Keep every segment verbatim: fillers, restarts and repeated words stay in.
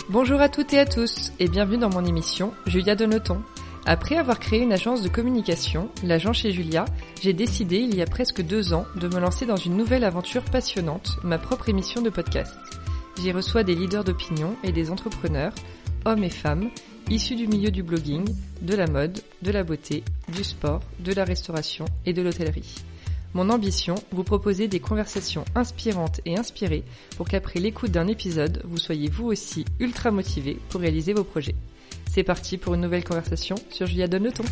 Bonjour à toutes et à tous et bienvenue dans mon émission Julia Donoton. Après avoir créé une agence de communication, l'agent chez Julia, j'ai décidé il y a presque deux ans de me lancer dans une nouvelle aventure passionnante, ma propre émission de podcast. J'y reçois des leaders d'opinion et des entrepreneurs, hommes et femmes, issus du milieu du blogging, de la mode, de la beauté, du sport, de la restauration et de l'hôtellerie. Mon ambition, vous proposer des conversations inspirantes et inspirées pour qu'après l'écoute d'un épisode, vous soyez vous aussi ultra motivés pour réaliser vos projets. C'est parti pour une nouvelle conversation sur Julia Donne le ton.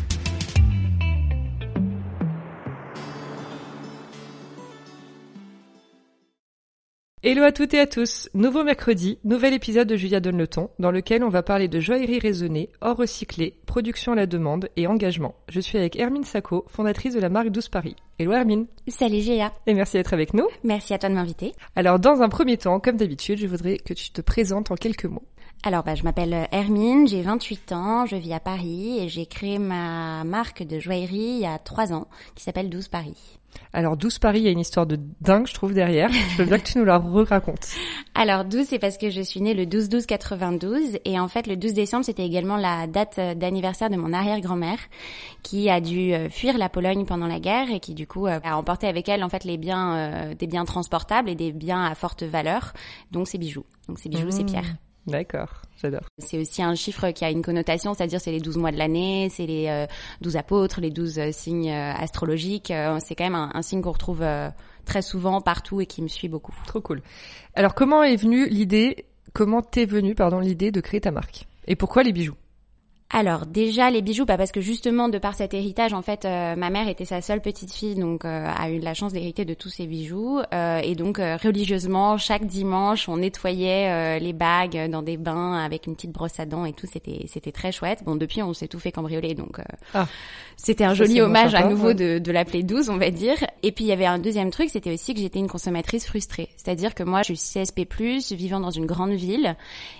Hello à toutes et à tous, nouveau mercredi, nouvel épisode de Julia Donne le ton, dans lequel on va parler de joaillerie raisonnée, or recyclé, production à la demande et engagement. Je suis avec Hermine Sacco, fondatrice de la marque douze Paris. Hello Hermine. Salut Géa. Et merci d'être avec nous. Merci à toi de m'inviter. Alors dans un premier temps, comme d'habitude, je voudrais que tu te présentes en quelques mots. Alors bah, je m'appelle Hermine, j'ai vingt-huit ans, je vis à Paris et j'ai créé ma marque de joaillerie il y a trois ans qui s'appelle douze Paris. Alors douze Paris, il y a une histoire de dingue, je trouve, derrière. Je veux bien que tu nous la racontes. Alors douze, c'est parce que je suis née le douze douze quatre-vingt-douze et en fait le douze décembre, c'était également la date d'anniversaire de mon arrière-grand-mère qui a dû fuir la Pologne pendant la guerre et qui du coup a emporté avec elle en fait les biens, euh, des biens transportables et des biens à forte valeur, donc ses bijoux. Donc ses bijoux, mmh. ses pierres. D'accord, j'adore. C'est aussi un chiffre qui a une connotation, c'est-à-dire c'est les douze mois de l'année, c'est les euh, douze apôtres, les douze euh, signes euh, astrologiques. Euh, c'est quand même un, un signe qu'on retrouve euh, très souvent partout et qui me suit beaucoup. Trop cool. Alors comment est venue l'idée, comment t'es venue pardon l'idée de créer ta marque? Et pourquoi les bijoux? Alors déjà les bijoux, bah parce que justement de par cet héritage, en fait, euh, ma mère était sa seule petite fille, donc euh, a eu la chance d'hériter de tous ses bijoux, euh, et donc euh, religieusement chaque dimanche on nettoyait euh, les bagues dans des bains avec une petite brosse à dents et tout, c'était c'était très chouette. Bon depuis on s'est tout fait cambrioler, donc euh, ah, c'était un joli hommage sympa, à nouveau ouais. de, de l'appeler douze, on va dire. Et puis il y avait un deuxième truc, c'était aussi que j'étais une consommatrice frustrée, c'est-à-dire que moi je suis C S P plus, vivant dans une grande ville.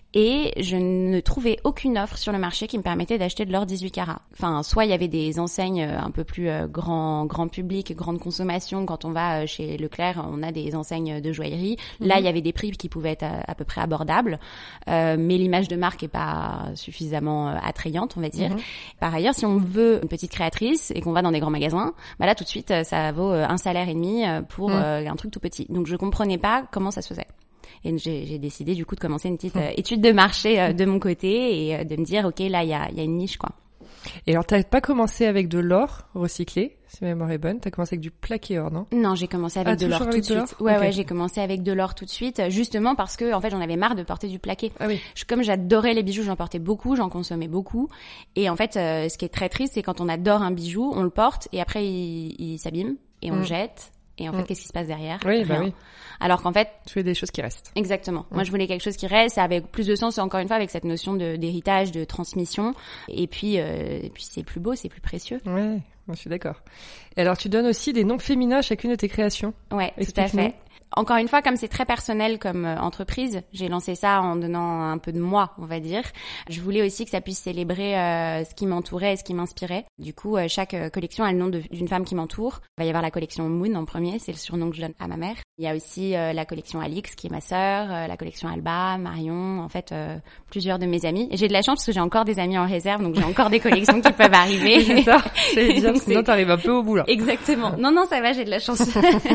Et je ne trouvais aucune offre sur le marché qui me permettait d'acheter de l'or dix-huit carats. Enfin, soit il y avait des enseignes un peu plus euh, grand grand public, grande consommation. Quand on va chez Leclerc, on a des enseignes de joaillerie. Mmh. Là, il y avait des prix qui pouvaient être à, à peu près abordables, euh, mais l'image de marque est pas suffisamment attrayante, on va dire. Mmh. Par ailleurs, si on veut une petite créatrice et qu'on va dans des grands magasins, bah là tout de suite, ça vaut un salaire et demi pour mmh. euh, un truc tout petit. Donc, je comprenais pas comment ça se faisait. Et j'ai, j'ai décidé du coup de commencer une petite euh, étude de marché euh, de mon côté et euh, de me dire ok là il y a, y a une niche quoi. Et alors t'as pas commencé avec de l'or recyclé, si ma mémoire est bonne, t'as commencé avec du plaqué or, non? Non, j'ai commencé avec ah, de l'or tout de suite. L'or ouais okay. ouais, j'ai commencé avec de l'or tout de suite, justement parce que en fait j'en avais marre de porter du plaqué. Ah oui. Je, comme j'adorais les bijoux, j'en portais beaucoup, j'en consommais beaucoup. Et en fait, euh, ce qui est très triste, c'est quand on adore un bijou, on le porte et après il, il s'abîme et on mm. le jette. Et en fait, mmh. qu'est-ce qui se passe derrière? Oui, bah oui. Alors qu'en fait... Tu fais des choses qui restent. Exactement. Mmh. Moi, je voulais quelque chose qui reste, avec plus de sens, encore une fois, avec cette notion de, d'héritage, de transmission. Et puis, euh, et puis c'est plus beau, c'est plus précieux. Ouais, je suis d'accord. Et alors, tu donnes aussi des noms féminins à chacune de tes créations. Ouais, tout à fait. Encore une fois, comme c'est très personnel comme euh, entreprise, j'ai lancé ça en donnant un peu de moi, on va dire. Je voulais aussi que ça puisse célébrer euh, ce qui m'entourait et ce qui m'inspirait. Du coup, euh, chaque euh, collection a le nom de, d'une femme qui m'entoure. Il va y avoir la collection Moon en premier, c'est le surnom que je donne à ma mère. Il y a aussi euh, la collection Alix qui est ma sœur, euh, la collection Alba, Marion, en fait euh, plusieurs de mes amis. Et j'ai de la chance parce que j'ai encore des amis en réserve, donc j'ai encore des collections qui peuvent arriver. C'est ça, c'est bien, sinon t'arrives un peu au bout là. Exactement. Non, non, ça va, j'ai de la chance.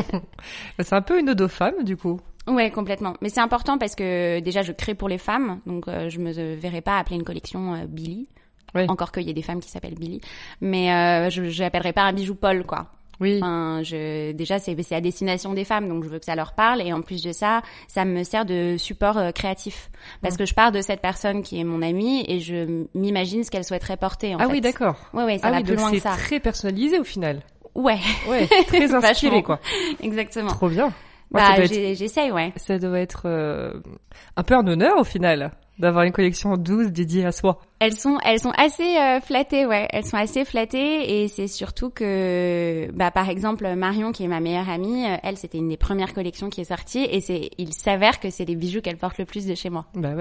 C'est un peu une ode aux femmes, du coup. Ouais, complètement. Mais c'est important parce que déjà, je crée pour les femmes, donc euh, je me verrais pas appeler une collection euh, Billy. Oui. Encore qu'il y ait des femmes qui s'appellent Billy, mais euh, je j'appellerais pas un bijou Paul, quoi. Oui. Enfin, je déjà c'est c'est à destination des femmes, donc je veux que ça leur parle et en plus de ça, ça me sert de support euh, créatif parce mmh. que je pars de cette personne qui est mon amie et je m'imagine ce qu'elle souhaiterait porter. En ah fait. oui, d'accord. Ouais, ouais, ça ah va oui, plus donc loin que c'est ça. C'est très personnalisé au final. Ouais. Ouais, très inspiré quoi. Exactement. Trop bien. Ouais, bah, être, j'essaye, ouais. Ça doit être euh, un peu un honneur au final d'avoir une collection douze dédiée à soi. Elles sont, elles sont assez euh, flattées, ouais. Elles sont assez flattées et c'est surtout que, bah, par exemple, Marion, qui est ma meilleure amie, elle, c'était une des premières collections qui est sortie et c'est, il s'avère que c'est les bijoux qu'elle porte le plus de chez moi. Bah ouais.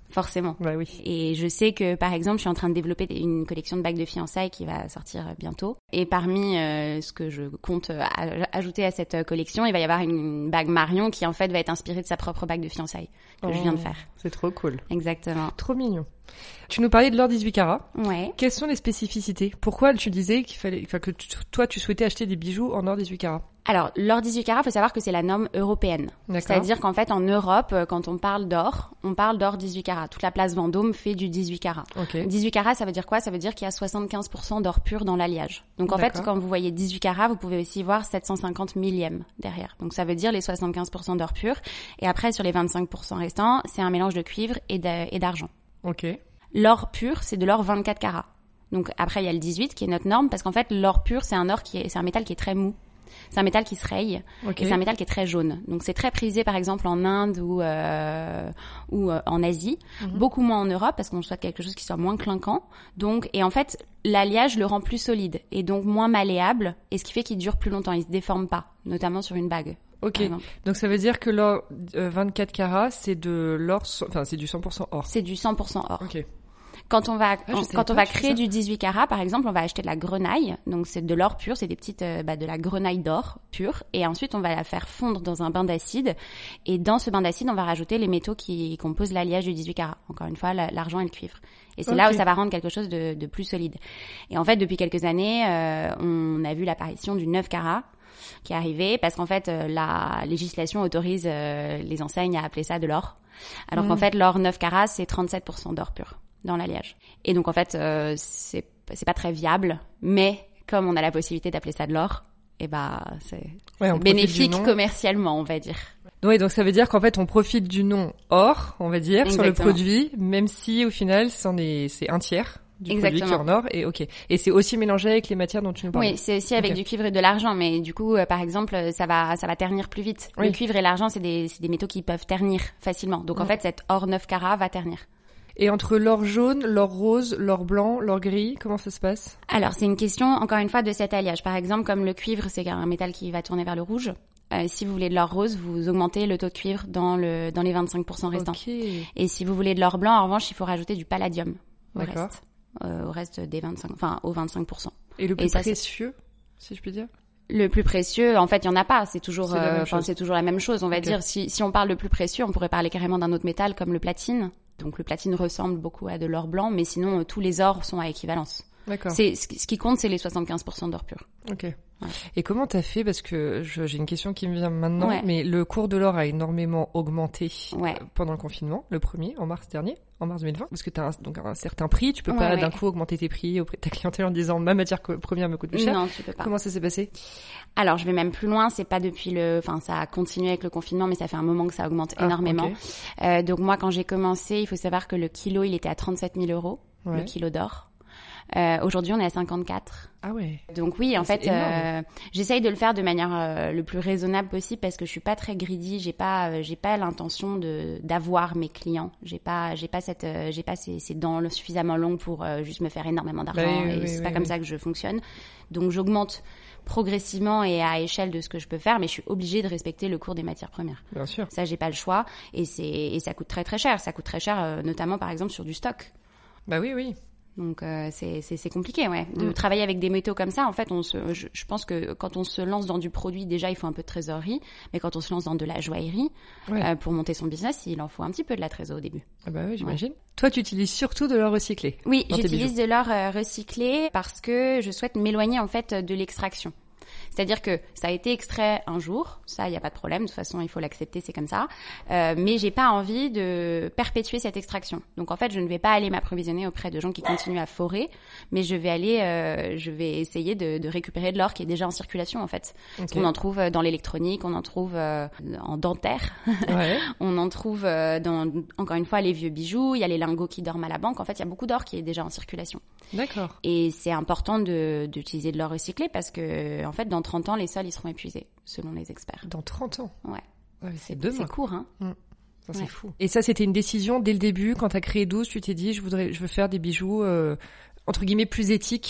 Forcément. Bah oui. Et je sais que, par exemple, je suis en train de développer une collection de bagues de fiançailles qui va sortir bientôt. Et parmi euh, ce que je compte euh, ajouter à cette collection, il va y avoir une bague Marion qui, en fait, va être inspirée de sa propre bague de fiançailles que oh, je viens de faire. C'est trop cool. Exactement. Trop mignon. Tu nous parlais de l'or dix-huit carats. Ouais. Quelles sont les spécificités? Pourquoi tu disais qu'il fallait, enfin, que tu, toi, tu souhaitais acheter des bijoux en or dix-huit carats? Alors, l'or dix-huit carats, faut savoir que c'est la norme européenne. D'accord. C'est-à-dire qu'en fait, en Europe, quand on parle d'or, on parle d'or dix-huit carats. Toute la place Vendôme fait du dix-huit carats. Okay. dix-huit carats, ça veut dire quoi? Ça veut dire qu'il y a soixante-quinze pour cent d'or pur dans l'alliage. Donc, en D'accord. fait, quand vous voyez dix-huit carats, vous pouvez aussi voir sept cent cinquante millièmes derrière. Donc, ça veut dire les soixante-quinze pour cent d'or pur. Et après, sur les vingt-cinq pour cent restants, c'est un mélange de cuivre et d'argent. Ok. L'or pur, c'est de l'or vingt-quatre carats. Donc, après, il y a le dix-huit qui est notre norme parce qu'en fait, l'or pur, c'est un or qui est, c'est un métal qui est très mou. C'est un métal qui se raye okay. et c'est un métal qui est très jaune. Donc c'est très prisé par exemple en Inde ou euh, ou euh, en Asie, mm-hmm. beaucoup moins en Europe parce qu'on souhaite quelque chose qui soit moins clinquant. Donc et en fait l'alliage le rend plus solide et donc moins malléable et ce qui fait qu'il dure plus longtemps, il se déforme pas, notamment sur une bague. Ok, donc ça veut dire que l'or euh, vingt-quatre carats c'est de l'or, enfin c'est du cent pour cent or. C'est du cent pour cent or. Ok. Quand on va, ah, quand on va créer du dix-huit carats, par exemple, on va acheter de la grenaille. Donc, c'est de l'or pur, c'est des petites, euh, bah, de la grenaille d'or pure. Et ensuite, on va la faire fondre dans un bain d'acide. Et dans ce bain d'acide, on va rajouter les métaux qui composent l'alliage du dix-huit carats. Encore une fois, l'argent et le cuivre. Et c'est okay. là où ça va rendre quelque chose de, de plus solide. Et en fait, depuis quelques années, euh, on a vu l'apparition du neuf carats qui est arrivé parce qu'en fait, euh, la législation autorise euh, les enseignes à appeler ça de l'or. Alors mmh. qu'en fait, l'or neuf carats, c'est trente-sept pour cent d'or pur dans l'alliage. Et donc en fait, euh, c'est c'est pas très viable, mais comme on a la possibilité d'appeler ça de l'or, et eh bah c'est, ouais, c'est bénéfique commercialement, on va dire. Oui, donc ça veut dire qu'en fait on profite du nom or, on va dire, Exactement. Sur le produit, même si au final c'en est c'est un tiers du Exactement. produit qui est en or et ok. Et c'est aussi mélangé avec les matières dont tu nous parlais. Oui, c'est aussi avec okay. du cuivre et de l'argent, mais du coup, euh, par exemple, ça va ça va ternir plus vite. Oui. Le cuivre et l'argent, c'est des c'est des métaux qui peuvent ternir facilement. Donc mmh. en fait, cet or neuf carats va ternir. Et entre l'or jaune, l'or rose, l'or blanc, l'or gris, comment ça se passe? Alors, c'est une question, encore une fois, de cet alliage. Par exemple, comme le cuivre, c'est un métal qui va tourner vers le rouge. Euh, si vous voulez de l'or rose, vous augmentez le taux de cuivre dans le dans les vingt-cinq pour cent restants. Okay. Et si vous voulez de l'or blanc, en revanche, il faut rajouter du palladium au D'accord. reste. Euh, au reste des vingt-cinq, enfin, aux vingt-cinq pour cent. Et le plus Et ça, précieux, si je puis dire? Le plus précieux, en fait, il y en a pas. C'est toujours, c'est, euh, enfin, c'est toujours la même chose. On va okay. dire, si si on parle de plus précieux, on pourrait parler carrément d'un autre métal comme le platine. Donc le platine ressemble beaucoup à de l'or blanc, mais sinon euh, tous les ors sont à équivalence. D'accord. C'est ce qui compte, c'est les soixante-quinze pour cent d'or pur. Ok. Ouais. Et comment t'as fait, parce que je, j'ai une question qui me vient maintenant, ouais. mais le cours de l'or a énormément augmenté ouais. euh, pendant le confinement, le premier, en mars dernier, en mars deux mille vingt, parce que t'as un, donc un certain prix, tu peux ouais, pas ouais. d'un coup augmenter tes prix auprès de ta clientèle en disant ma matière première me coûte plus cher. Non, tu peux pas. Comment ça s'est passé? Alors je vais même plus loin, c'est pas depuis le, enfin ça a continué avec le confinement, mais ça fait un moment que ça augmente ah, énormément. Okay. Euh, donc moi quand j'ai commencé, il faut savoir que le kilo il était à trente-sept mille euros, ouais. le kilo d'or. Euh, aujourd'hui, on est à cinquante-quatre. Ah ouais. Donc oui, en fait, euh, j'essaye de le faire de manière euh, le plus raisonnable possible parce que je suis pas très greedy. J'ai pas, euh, j'ai pas l'intention de d'avoir mes clients. J'ai pas, j'ai pas cette, euh, j'ai pas ces, ces dents suffisamment longues pour euh, juste me faire énormément d'argent. Bah oui, et oui, c'est oui, pas oui, comme oui. ça que je fonctionne. Donc j'augmente progressivement et à échelle de ce que je peux faire, mais je suis obligée de respecter le cours des matières premières. Bien sûr. Ça, j'ai pas le choix et c'est et ça coûte très très cher. Ça coûte très cher, euh, notamment par exemple sur du stock. Bah oui, oui. Donc euh, c'est c'est c'est compliqué, ouais, de mm. travailler avec des métaux comme ça. En fait, on se, je, je pense que quand on se lance dans du produit, déjà il faut un peu de trésorerie, mais quand on se lance dans de la joaillerie, ouais. euh, pour monter son business, il en faut un petit peu de la trésorerie au début. Ah bah oui, j'imagine. Ouais. Toi, tu utilises surtout de l'or recyclé. Oui, j'utilise de l'or euh, recyclé parce que je souhaite m'éloigner en fait de l'extraction. C'est-à-dire que ça a été extrait un jour, ça, il n'y a pas de problème, de toute façon, il faut l'accepter, c'est comme ça. Euh, mais j'ai pas envie de perpétuer cette extraction. Donc, en fait, je ne vais pas aller m'approvisionner auprès de gens qui continuent à forer, mais je vais aller, euh, je vais essayer de, de récupérer de l'or qui est déjà en circulation, en fait. Okay. On en trouve dans l'électronique, on en trouve euh, en dentaire, ouais. on en trouve euh, dans, encore une fois, les vieux bijoux, il y a les lingots qui dorment à la banque. En fait, il y a beaucoup d'or qui est déjà en circulation. D'accord. Et c'est important de, d'utiliser de l'or recyclé parce que, en fait, dans trente ans, les sols, ils seront épuisés, selon les experts. Dans trente ans? Ouais. Ouais, c'est, c'est, c'est court, hein. Mmh. Ça, c'est ouais. fou. Et ça, c'était une décision dès le début, quand t'as créé douze, tu t'es dit, je voudrais, je veux faire des bijoux, euh, entre guillemets, plus éthiques.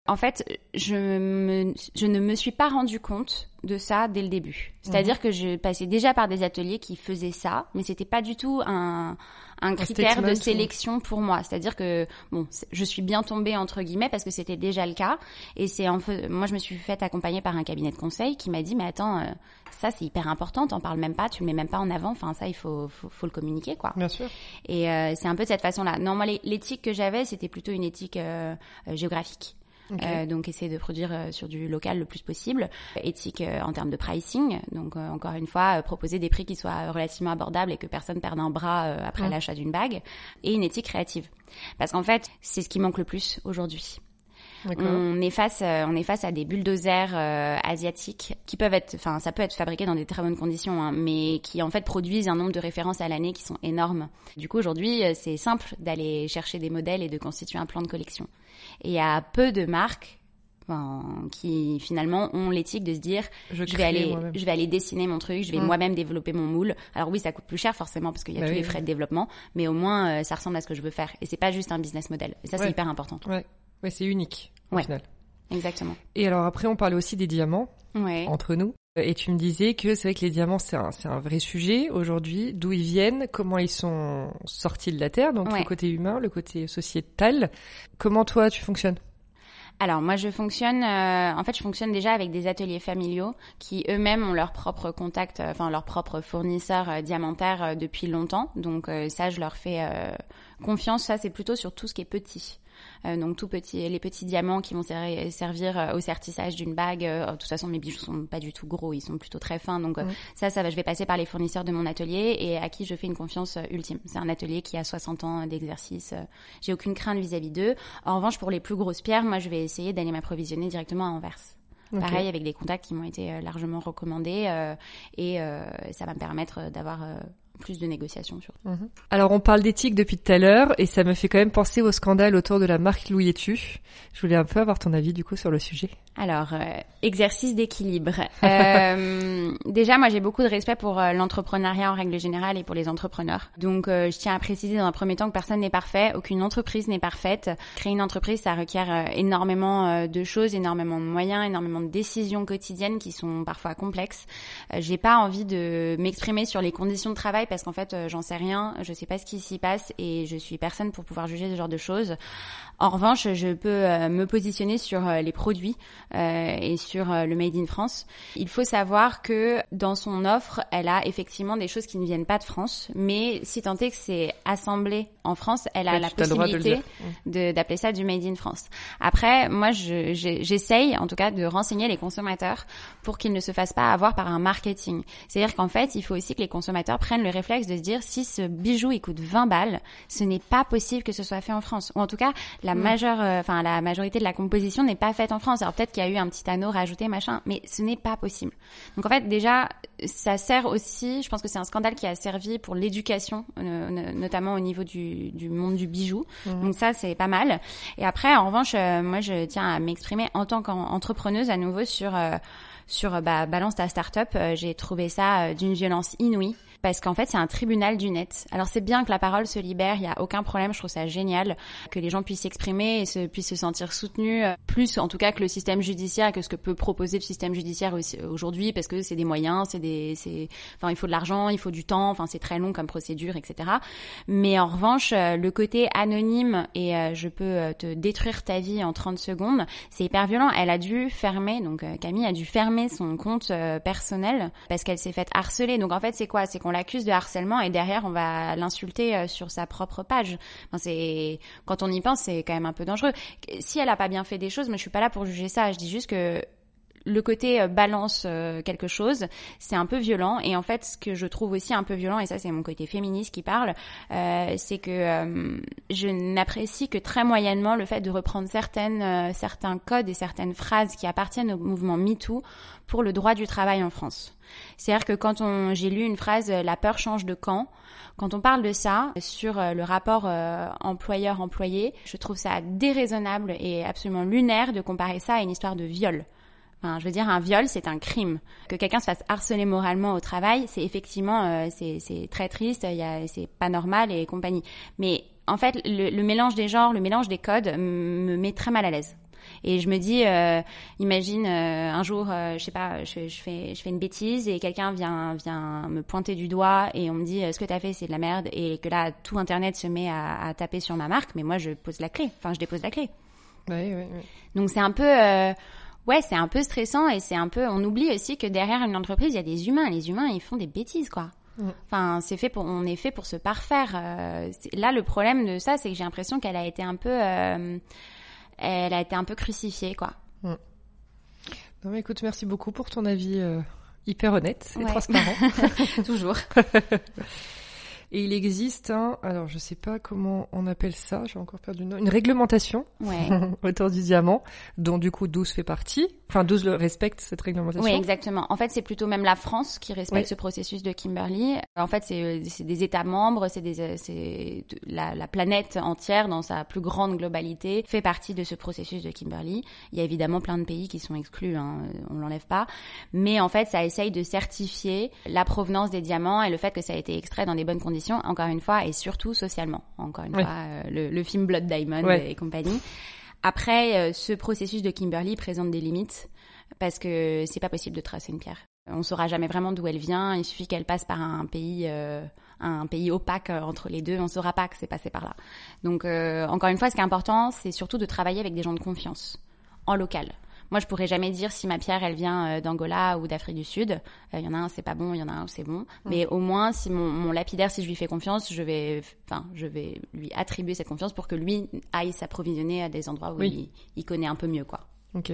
En fait, je, me, je ne me suis pas rendu compte de ça dès le début. C'est-à-dire mmh. que je passais déjà par des ateliers qui faisaient ça, mais c'était pas du tout un, un critère de sélection pour moi. C'est-à-dire que bon, je suis bien tombée entre guillemets parce que c'était déjà le cas. Et c'est en fait, moi je me suis fait accompagner par un cabinet de conseil qui m'a dit mais attends, euh, ça c'est hyper important, t'en parles même pas, tu le mets même pas en avant. Enfin ça il faut faut, faut le communiquer quoi. Bien sûr. Et euh, c'est un peu de cette façon-là. Non, moi l'éthique que j'avais c'était plutôt une éthique euh, euh, géographique. Okay. Euh, donc essayer de produire euh, sur du local le plus possible, éthique euh, en termes de pricing, donc euh, encore une fois euh, proposer des prix qui soient relativement abordables et que personne perde un bras euh, après mmh. l'achat d'une bague, et une éthique créative parce qu'en fait c'est ce qui manque le plus aujourd'hui. D'accord. On est face, euh, on est face à des bulldozers euh, asiatiques qui peuvent être, enfin, ça peut être fabriqué dans des très bonnes conditions, hein, mais qui en fait produisent un nombre de références à l'année qui sont énormes. Du coup, aujourd'hui, c'est simple d'aller chercher des modèles et de constituer un plan de collection. Et il y a peu de marques enfin, qui finalement ont l'éthique de se dire, je, je vais aller, moi-même. je vais aller dessiner mon truc, je vais mmh. moi-même développer mon moule. Alors oui, ça coûte plus cher forcément parce qu'il y a bah tous oui, les frais oui. de développement, mais au moins euh, ça ressemble à ce que je veux faire. Et c'est pas juste un business model. Et ça, ouais. c'est hyper important. Ouais. Ouais, c'est unique, au ouais, final. Exactement. Et alors après, on parlait aussi des diamants, ouais. entre nous. Et tu me disais que c'est vrai que les diamants, c'est un, c'est un vrai sujet aujourd'hui. D'où ils viennent, comment ils sont sortis de la Terre, donc ouais. le côté humain, le côté sociétal. Comment toi, tu fonctionnes ? Alors moi je fonctionne, euh, en fait je fonctionne déjà avec des ateliers familiaux qui eux-mêmes ont leur propre contact, euh, enfin leur propre fournisseur euh, diamantaire euh, depuis longtemps. Donc euh, ça je leur fais euh, confiance. Ça c'est plutôt sur tout ce qui est petit. Euh, donc tout petit, les petits diamants qui vont ser- servir euh, au sertissage d'une bague. Euh, de toute façon, mes bijoux sont pas du tout gros, ils sont plutôt très fins. Donc euh, mmh. ça, ça va, je vais passer par les fournisseurs de mon atelier et à qui je fais une confiance euh, ultime. C'est un atelier qui a soixante ans d'exercice. Euh, j'ai aucune crainte vis-à-vis d'eux. En revanche, pour les plus grosses pierres, moi, je vais essayer d'aller m'approvisionner directement à Anvers. Okay. Pareil, avec des contacts qui m'ont été euh, largement recommandés euh, et euh, ça va me permettre d'avoir euh, plus de négociations sur. Mmh. Alors on parle d'éthique depuis tout à l'heure et ça me fait quand même penser au scandale autour de la marque Louis et Tu. Je voulais un peu avoir ton avis du coup sur le sujet. Alors euh, exercice d'équilibre. euh, déjà moi j'ai beaucoup de respect pour euh, l'entrepreneuriat en règle générale et pour les entrepreneurs. Donc euh, je tiens à préciser dans un premier temps que personne n'est parfait, aucune entreprise n'est parfaite. Créer une entreprise ça requiert euh, énormément euh, de choses, énormément de moyens, énormément de décisions quotidiennes qui sont parfois complexes. Euh, j'ai pas envie de m'exprimer sur les conditions de travail parce qu'en fait euh, j'en sais rien, je sais pas ce qui s'y passe et je suis personne pour pouvoir juger ce genre de choses. En revanche, je peux euh, me positionner sur euh, les produits euh, et sur euh, le Made in France. Il faut savoir que dans son offre, elle a effectivement des choses qui ne viennent pas de France, mais si tant est que c'est assemblé en France, elle a oui, la possibilité de de, d'appeler ça du Made in France. Après, moi, je, j'ai, j'essaye en tout cas de renseigner les consommateurs pour qu'ils ne se fassent pas avoir par un marketing. C'est-à-dire qu'en fait, il faut aussi que les consommateurs prennent le réflexe de se dire si ce bijou il coûte vingt balles, ce n'est pas possible que ce soit fait en France. Ou en tout cas, la mmh. majeure, enfin euh, la majorité de la composition n'est pas faite en France. Alors peut-être qu'il y a eu un petit anneau rajouté, machin, mais ce n'est pas possible. Donc en fait, déjà, ça sert aussi, je pense que c'est un scandale qui a servi pour l'éducation, euh, notamment au niveau du, du monde du bijou. Mmh. Donc ça, c'est pas mal. Et après, en revanche, euh, moi, je tiens à m'exprimer en tant qu'entrepreneuse à nouveau sur euh, sur bah, Balance ta start-up. Euh, j'ai trouvé ça euh, d'une violence inouïe. Parce qu'en fait, c'est un tribunal du net. Alors, c'est bien que la parole se libère, il y a aucun problème, je trouve ça génial que les gens puissent s'exprimer et se, puissent se sentir soutenus, plus en tout cas que le système judiciaire, que ce que peut proposer le système judiciaire aussi, aujourd'hui, parce que c'est des moyens, c'est des, c'est, enfin, il faut de l'argent, il faut du temps, enfin, c'est très long comme procédure, et cetera. Mais en revanche, le côté anonyme et euh, je peux te détruire ta vie en trente secondes, c'est hyper violent. Elle a dû fermer, donc Camille a dû fermer son compte euh, personnel parce qu'elle s'est faite harceler. Donc en fait, c'est quoi? C'est qu'on l'accuse de harcèlement et derrière on va l'insulter sur sa propre page. Enfin, c'est quand on y pense, c'est quand même un peu dangereux. Si elle a pas bien fait des choses, moi je suis pas là pour juger ça. Je dis juste que le côté balance quelque chose, c'est un peu violent. Et en fait, ce que je trouve aussi un peu violent, et ça c'est mon côté féministe qui parle, euh, c'est que euh, je n'apprécie que très moyennement le fait de reprendre certaines, euh, certains codes et certaines phrases qui appartiennent au mouvement MeToo pour le droit du travail en France. C'est-à-dire que quand on, j'ai lu une phrase, la peur change de camp. Quand on parle de ça sur le rapport euh, employeur-employé, je trouve ça déraisonnable et absolument lunaire de comparer ça à une histoire de viol. Enfin, je veux dire, un viol, c'est un crime. Que quelqu'un se fasse harceler moralement au travail, c'est effectivement, euh, c'est, c'est très triste, il y a, c'est pas normal et compagnie. Mais en fait, le, le mélange des genres, le mélange des codes me met très mal à l'aise. Et je me dis, euh, imagine euh, un jour, euh, je sais pas, je, je fais je fais une bêtise et quelqu'un vient vient me pointer du doigt et on me dit, ce que t'as fait c'est de la merde, et que là tout internet se met à, à taper sur ma marque, mais moi je pose la clé, enfin je dépose la clé. Oui, oui, oui. Donc c'est un peu euh, ouais, c'est un peu stressant, et c'est un peu, on oublie aussi que derrière une entreprise, il y a des humains. Les humains, ils font des bêtises, quoi. Mm. Enfin, c'est fait pour, on est fait pour se parfaire. Euh, là, le problème de ça, c'est que j'ai l'impression qu'elle a été un peu, euh, elle a été un peu crucifiée, quoi. Mm. Non, mais écoute, merci beaucoup pour ton avis euh, hyper honnête et ouais. transparent. Toujours. Et il existe un, alors je sais pas comment on appelle ça, j'ai encore perdu le nom, une réglementation ouais. autour du diamant, dont du coup douze fait partie. Enfin, douze le respecte cette réglementation. Oui, exactement. En fait, c'est plutôt même la France qui respecte oui. ce processus de Kimberley. En fait, c'est, c'est des États membres, c'est des, c'est la, la planète entière dans sa plus grande globalité fait partie de ce processus de Kimberley. Il y a évidemment plein de pays qui sont exclus, hein, on l'enlève pas. Mais en fait, ça essaye de certifier la provenance des diamants et le fait que ça a été extrait dans des bonnes conditions. Encore une fois, et surtout socialement. Encore une oui. fois, euh, le, le film Blood Diamond ouais. et compagnie. Après, euh, ce processus de Kimberley présente des limites parce que c'est pas possible de tracer une pierre. On saura jamais vraiment d'où elle vient. Il suffit qu'elle passe par un pays, euh, un pays opaque euh, entre les deux. On saura pas que c'est passé par là. Donc, euh, encore une fois, ce qui est important, c'est surtout de travailler avec des gens de confiance, en local. Moi, je pourrais jamais dire si ma pierre, elle vient d'Angola ou d'Afrique du Sud. Il euh, y en a un, c'est pas bon, il y en a un où c'est bon. Mmh. Mais au moins, si mon, mon lapidaire, si je lui fais confiance, je vais, enfin, je vais lui attribuer cette confiance pour que lui aille s'approvisionner à des endroits où oui. il, il connaît un peu mieux, quoi. Ok.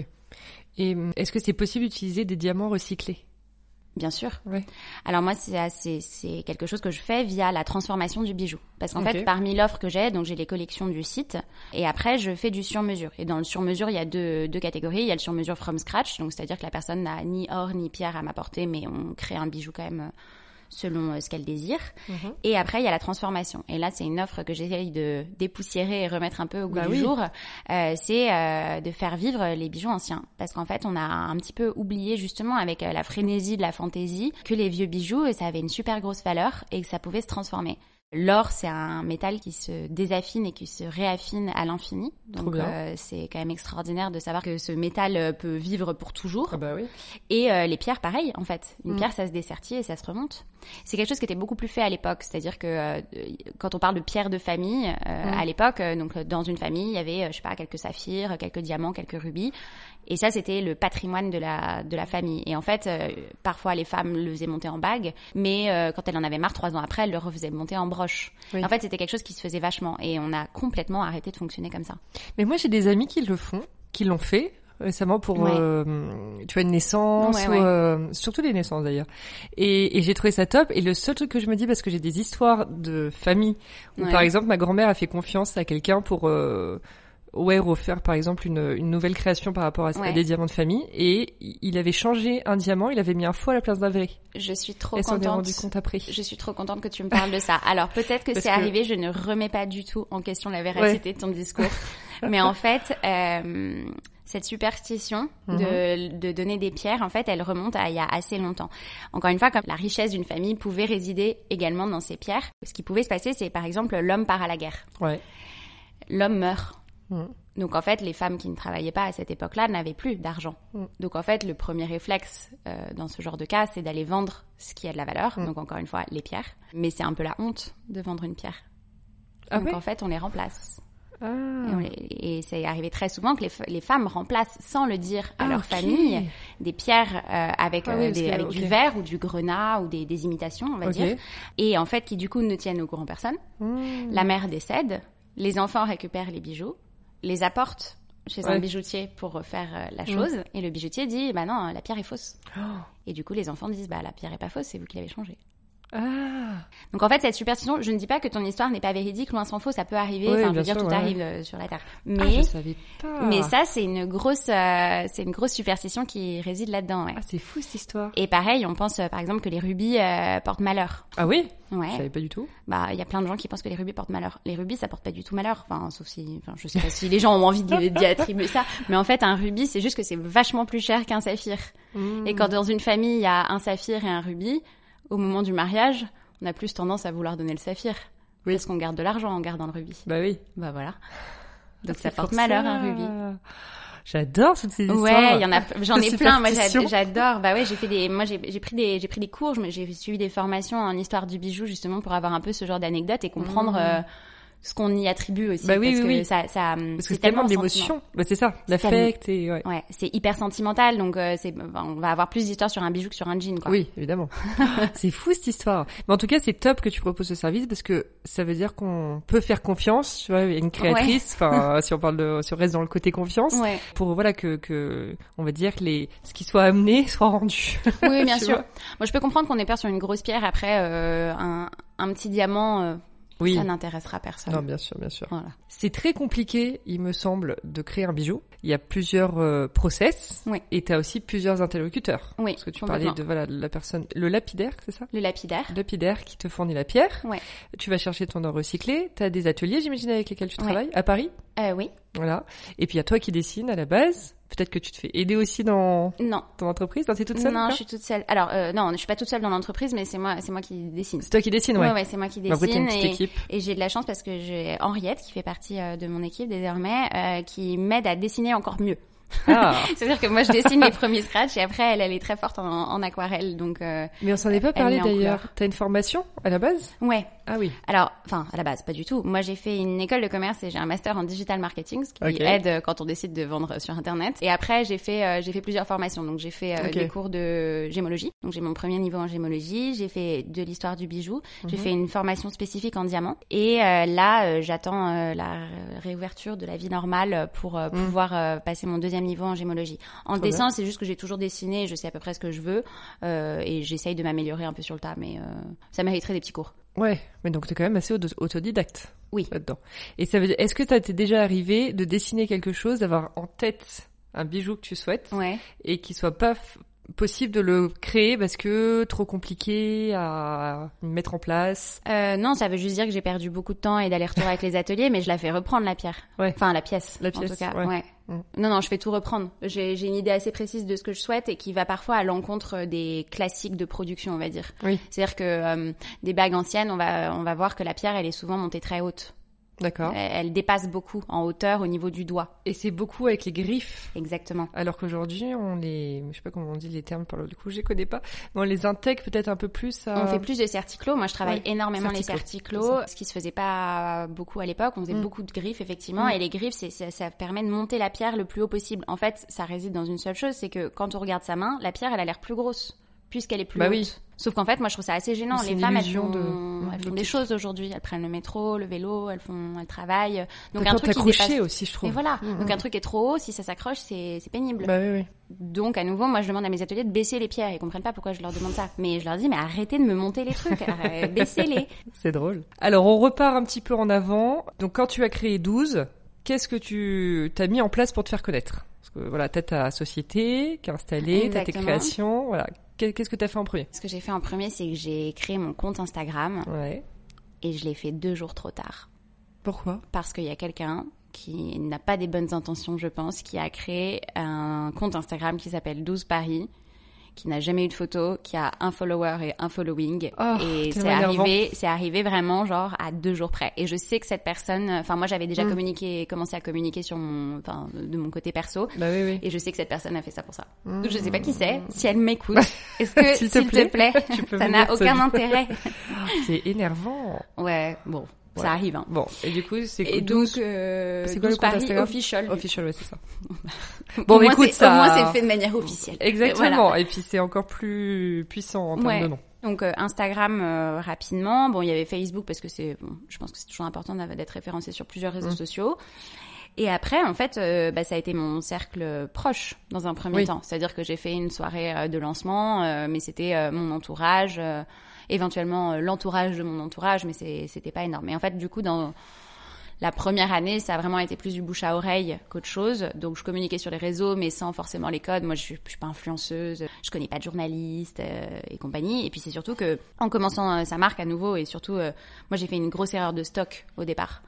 Et est-ce que c'est possible d'utiliser des diamants recyclés ? Bien sûr. Ouais. Alors moi, c'est, c'est, c'est quelque chose que je fais via la transformation du bijou. Parce qu'en okay. fait, parmi l'offre que j'ai, donc j'ai les collections du site, et après, je fais du sur-mesure. Et dans le sur-mesure, il y a deux, deux catégories. Il y a le sur-mesure from scratch, donc c'est-à-dire que la personne n'a ni or ni pierre à m'apporter, mais on crée un bijou quand même selon ce qu'elle désire. Mm-hmm. Et après, il y a la transformation. Et là, c'est une offre que j'essaye de dépoussiérer et remettre un peu au goût bah du oui. jour. Euh, c'est euh, de faire vivre les bijoux anciens. Parce qu'en fait, on a un petit peu oublié, justement, avec la frénésie de la fantaisie, que les vieux bijoux, ça avait une super grosse valeur et que ça pouvait se transformer. L'or, c'est un métal qui se désaffine et qui se réaffine à l'infini. Donc, euh, c'est quand même extraordinaire de savoir que ce métal peut vivre pour toujours. Ah bah oui. Et euh, les pierres, pareil, en fait. Une mm. pierre, ça se dessertit et ça se remonte. C'est quelque chose qui était beaucoup plus fait à l'époque. C'est-à-dire que euh, quand on parle de pierres de famille, euh, mm. à l'époque, euh, donc dans une famille, il y avait, je sais pas, quelques saphirs, quelques diamants, quelques rubis. Et ça, c'était le patrimoine de la de la famille. Et en fait, euh, parfois, les femmes le faisaient monter en bague, mais euh, quand elles en avaient marre, trois ans après, elles le refaisaient monter en broche. Oui. En fait, c'était quelque chose qui se faisait vachement. Et on a complètement arrêté de fonctionner comme ça. Mais moi, j'ai des amis qui le font, qui l'ont fait récemment pour, ouais. euh, tu vois, une naissance, ouais, ou, ouais. Euh, surtout les naissances d'ailleurs. Et, et j'ai trouvé ça top. Et le seul truc que je me dis, parce que j'ai des histoires de famille, où ouais. par exemple, ma grand-mère a fait confiance à quelqu'un pour... Euh, ouais, refaire par exemple une, une nouvelle création par rapport à, ouais. à des diamants de famille, et il avait changé un diamant, il avait mis un faux à la place d'un vrai. Je suis trop Elle contente. Elle s'en est rendu compte après. Je suis trop contente que tu me parles de ça. Alors peut-être que Parce c'est que... arrivé, je ne remets pas du tout en question la véracité ouais. de ton discours, mais en fait, euh, cette superstition mm-hmm. de, de donner des pierres, en fait, elle remonte à il y a assez longtemps. Encore une fois, comme la richesse d'une famille pouvait résider également dans ces pierres, ce qui pouvait se passer, c'est par exemple l'homme part à la guerre. Ouais. L'homme meurt. Mmh. Donc en fait, les femmes qui ne travaillaient pas à cette époque-là n'avaient plus d'argent. Mmh. Donc en fait, le premier réflexe euh, dans ce genre de cas, c'est d'aller vendre ce qui a de la valeur. Mmh. Donc encore une fois, les pierres. Mais c'est un peu la honte de vendre une pierre. Ah Donc oui en fait, on les remplace. Ah. Et, on les, et c'est arrivé très souvent que les, les femmes remplacent, sans le dire à ah, leur okay. famille, des pierres euh, avec, ah, oui, euh, des, que, avec okay. du verre ou du grenat ou des, des imitations, on va okay. dire. Et en fait, qui du coup ne tiennent au courant personne. Mmh. La mère décède, les enfants récupèrent les bijoux, les apporte chez ouais. un bijoutier pour refaire euh, la chose, mmh. et le bijoutier dit bah non, la pierre est fausse. Oh. Et du coup les enfants disent bah la pierre est pas fausse, c'est vous qui l'avez changée. Ah. Donc en fait cette superstition, je ne dis pas que ton histoire n'est pas véridique, loin s'en faut, ça peut arriver, oui, enfin je veux dire sûr, tout ouais. arrive euh, sur la terre. Mais ah, je savais pas. Mais ça c'est une grosse euh, c'est une grosse superstition qui réside là-dedans, ouais. Ah, c'est fou cette histoire. Et pareil, on pense euh, par exemple que les rubis euh, portent malheur. Ah oui. Ouais. Je savais pas du tout. Bah, il y a plein de gens qui pensent que les rubis portent malheur. Les rubis, ça porte pas du tout malheur. Enfin, sauf si, enfin, je sais pas si les gens ont envie d'y, d'y attribuer ça. Mais en fait, un rubis, c'est juste que c'est vachement plus cher qu'un saphir. Mmh. Et quand dans une famille, il y a un saphir et un rubis, au moment du mariage, on a plus tendance à vouloir donner le saphir. Oui. Parce qu'on garde de l'argent en gardant le rubis. Bah oui. Bah voilà. Donc ah, ça porte malheur, ça. Un rubis. J'adore toutes ces histoires. Ouais, il y en a, j'en ai plein. Moi, superstitions. j'adore. Bah ouais, j'ai fait des, moi, j'ai, j'ai pris des, j'ai pris des cours, je- j'ai suivi des formations en histoire du bijou, justement, pour avoir un peu ce genre d'anecdotes et comprendre, Mmh. euh, ce qu'on y attribue aussi. Bah oui, parce oui, que oui. ça, ça, Parce que c'est tellement de l'émotion. Bah, c'est ça, l'affect et, ouais. Ouais, c'est hyper sentimental, donc euh, c'est, enfin, on va avoir plus d'histoires sur un bijou que sur un jean, quoi. Oui, évidemment. C'est fou cette histoire. Mais en tout cas, c'est top que tu proposes ce service parce que ça veut dire qu'on peut faire confiance, tu vois, il y a une créatrice, enfin, si on parle de, si on reste dans le côté confiance, Ouais. pour voilà que que on va dire que les ce qui soit amené soit rendu. Oui, bien Tu sûr. vois. Moi, je peux comprendre qu'on ait peur sur une grosse pierre. Après, euh, un, un petit diamant, euh, Oui. ça n'intéressera personne. Non, bien sûr, bien sûr. Voilà. C'est très compliqué, il me semble, de créer un bijou. Il y a plusieurs euh, process Oui. et tu as aussi plusieurs interlocuteurs. Oui, Parce que tu complètement. parlais de voilà de la personne, le lapidaire, c'est ça? Le lapidaire. Le lapidaire qui te fournit la pierre. Ouais. Tu vas chercher ton or recyclé. Tu as des ateliers, j'imagine, avec lesquels tu Ouais. travailles à Paris. Euh, oui. Voilà. Et puis il y a toi qui dessines à la base. Peut-être que tu te fais aider aussi dans Non. ton entreprise. Non, t'es toute seule Non, encore je suis toute seule. Alors, euh, non, je suis pas toute seule dans l'entreprise, mais c'est moi, c'est moi qui dessine. C'est toi qui dessines, ouais. Ouais, ouais, c'est moi qui Mais après, t'as dessine une petite et, équipe. et j'ai de la chance parce que j'ai Henriette qui fait partie euh, de mon équipe désormais, euh, qui m'aide à dessiner encore mieux. Ah. C'est-à-dire que moi je dessine mes premiers scratchs et après elle, elle est très forte en, en aquarelle, donc euh, Mais on s'en est pas Elle parlé met en d'ailleurs. couleur. T'as une formation à la base? ouais. Ah oui. Alors, enfin, à la base, pas du tout. Moi, j'ai fait une école de commerce et j'ai un master en digital marketing, ce qui Ok. aide euh, quand on décide de vendre sur Internet. Et après, j'ai fait, euh, j'ai fait plusieurs formations. Donc, j'ai fait euh, Ok. des cours de gémologie. Donc, j'ai mon premier niveau en gémologie. J'ai fait de l'histoire du bijou. J'ai Mhm. fait une formation spécifique en diamant. Et euh, là, euh, j'attends euh, la réouverture de la vie normale pour euh, Mhm. pouvoir euh, passer mon deuxième niveau en gémologie. En Trop dessin, c'est juste que j'ai toujours dessiné. Je sais à peu près ce que je veux. Euh, et j'essaye de m'améliorer un peu sur le tas. Mais euh, ça mériterait des petits cours. Ouais. Mais donc t'es quand même assez auto- autodidacte. Oui. Là-dedans. Et ça veut dire, est-ce que ça t'est déjà arrivé de dessiner quelque chose, d'avoir en tête un bijou que tu souhaites Ouais. et qu'il soit pas f- possible de le créer parce que trop compliqué à mettre en place? Euh, non, ça veut juste dire que j'ai perdu beaucoup de temps et d'aller-retour avec les ateliers, mais je la fais reprendre la pierre. Ouais. Enfin, la pièce. La En pièce, tout cas, ouais. ouais. Mm. Non, non, je fais tout reprendre. J'ai, j'ai une idée assez précise de ce que je souhaite et qui va parfois à l'encontre des classiques de production, on va dire. Oui. C'est-à-dire que euh, des bagues anciennes, on va, on va voir que la pierre, elle est souvent montée très haute. D'accord. Elle, elle dépasse beaucoup en hauteur au niveau du doigt. Et c'est beaucoup avec les griffes. Exactement. Alors qu'aujourd'hui, on les, je sais pas comment on dit les termes, par le du coup, je les connais pas. Mais on les intègre peut-être un peu plus à... On fait plus de certiclos. Moi, je travaille Ouais, énormément les certiclos, certiclos, ce qui se faisait pas beaucoup à l'époque. On faisait Mm. beaucoup de griffes, effectivement. Mm. Et les griffes, c'est, ça, ça permet de monter la pierre le plus haut possible. En fait, ça réside dans une seule chose, c'est que quand on regarde sa main, la pierre, elle a l'air plus grosse, puisqu'elle est plus Bah haute. oui. Sauf qu'en fait, moi, je trouve ça assez gênant. C'est Les une femmes, elles illusion font, de- elles font de des petite. choses aujourd'hui. Elles prennent le métro, le vélo, elles font, elles travaillent. Donc, Peut-être un truc qui t'accrocher dépasse. aussi, je trouve. Mais voilà. Mm, Donc, mm. un truc est trop haut, si ça s'accroche, c'est, c'est pénible. Bah oui, oui. Donc, à nouveau, moi, je demande à mes ateliers de baisser les pierres. Ils comprennent pas pourquoi je leur demande ça. Mais je leur dis, mais arrêtez de me monter les trucs. euh, Baissez-les. C'est drôle. Alors, on repart un petit peu en avant. Donc, quand tu as créé douze, qu'est-ce que tu t'as mis en place pour te faire connaître? Parce que voilà, t'as ta société qui est installée, t'as tes Exactement. créations. Voilà. Qu'est-ce que t'as fait en premier? Ce que j'ai fait en premier, c'est que j'ai créé mon compte Instagram Ouais. et je l'ai fait deux jours trop tard. Pourquoi? Parce qu'il y a quelqu'un qui n'a pas des bonnes intentions, je pense, qui a créé un compte Instagram qui s'appelle douze Paris, qui n'a jamais eu de photo, qui a un follower et un following. Oh, et c'est tellement énervant. arrivé, c'est arrivé vraiment genre à deux jours près. Et je sais que cette personne, enfin moi j'avais déjà Mm. communiqué, commencé à communiquer sur mon, enfin de mon côté perso. Bah oui, oui. Et je sais que cette personne a fait ça pour ça. Mm. Donc je sais pas qui c'est. Si elle m'écoute, est-ce que S'il s'il te te plaît, plaît, tu peux ça me n'a dire aucun ça. intérêt. C'est énervant. Ouais, bon, Ouais. ça arrive. Hein. Bon, et du coup, c'est Et douze donc, euh, c'est quoi le douze compte Paris Instagram official. official, ouais, c'est ça. Au Bon, moins, écoute, c'est- ça- Au moins, c'est fait de manière officielle. Exactement. Voilà. Et puis, c'est encore plus puissant en termes Ouais. de nom. Donc euh, Instagram euh, rapidement. Bon, il y avait Facebook parce que c'est, bon, je pense que c'est toujours important d'av- d'être référencé sur plusieurs réseaux Mm. sociaux. Et après, en fait, euh, bah, ça a été mon cercle proche dans un premier Oui. temps. C'est-à-dire que j'ai fait une soirée euh, de lancement, euh, mais c'était euh, mon entourage, euh, éventuellement euh, l'entourage de mon entourage, mais c'est, c'était pas énorme. Et en fait, du coup, dans la première année, ça a vraiment été plus du bouche à oreille qu'autre chose. Donc, je communiquais sur les réseaux, mais sans forcément les codes. Moi, je suis, je suis pas influenceuse, je connais pas de journalistes euh, et compagnie. Et puis, c'est surtout que, en commençant euh, sa marque à nouveau, et surtout, euh, moi, j'ai fait une grosse erreur de stock au départ.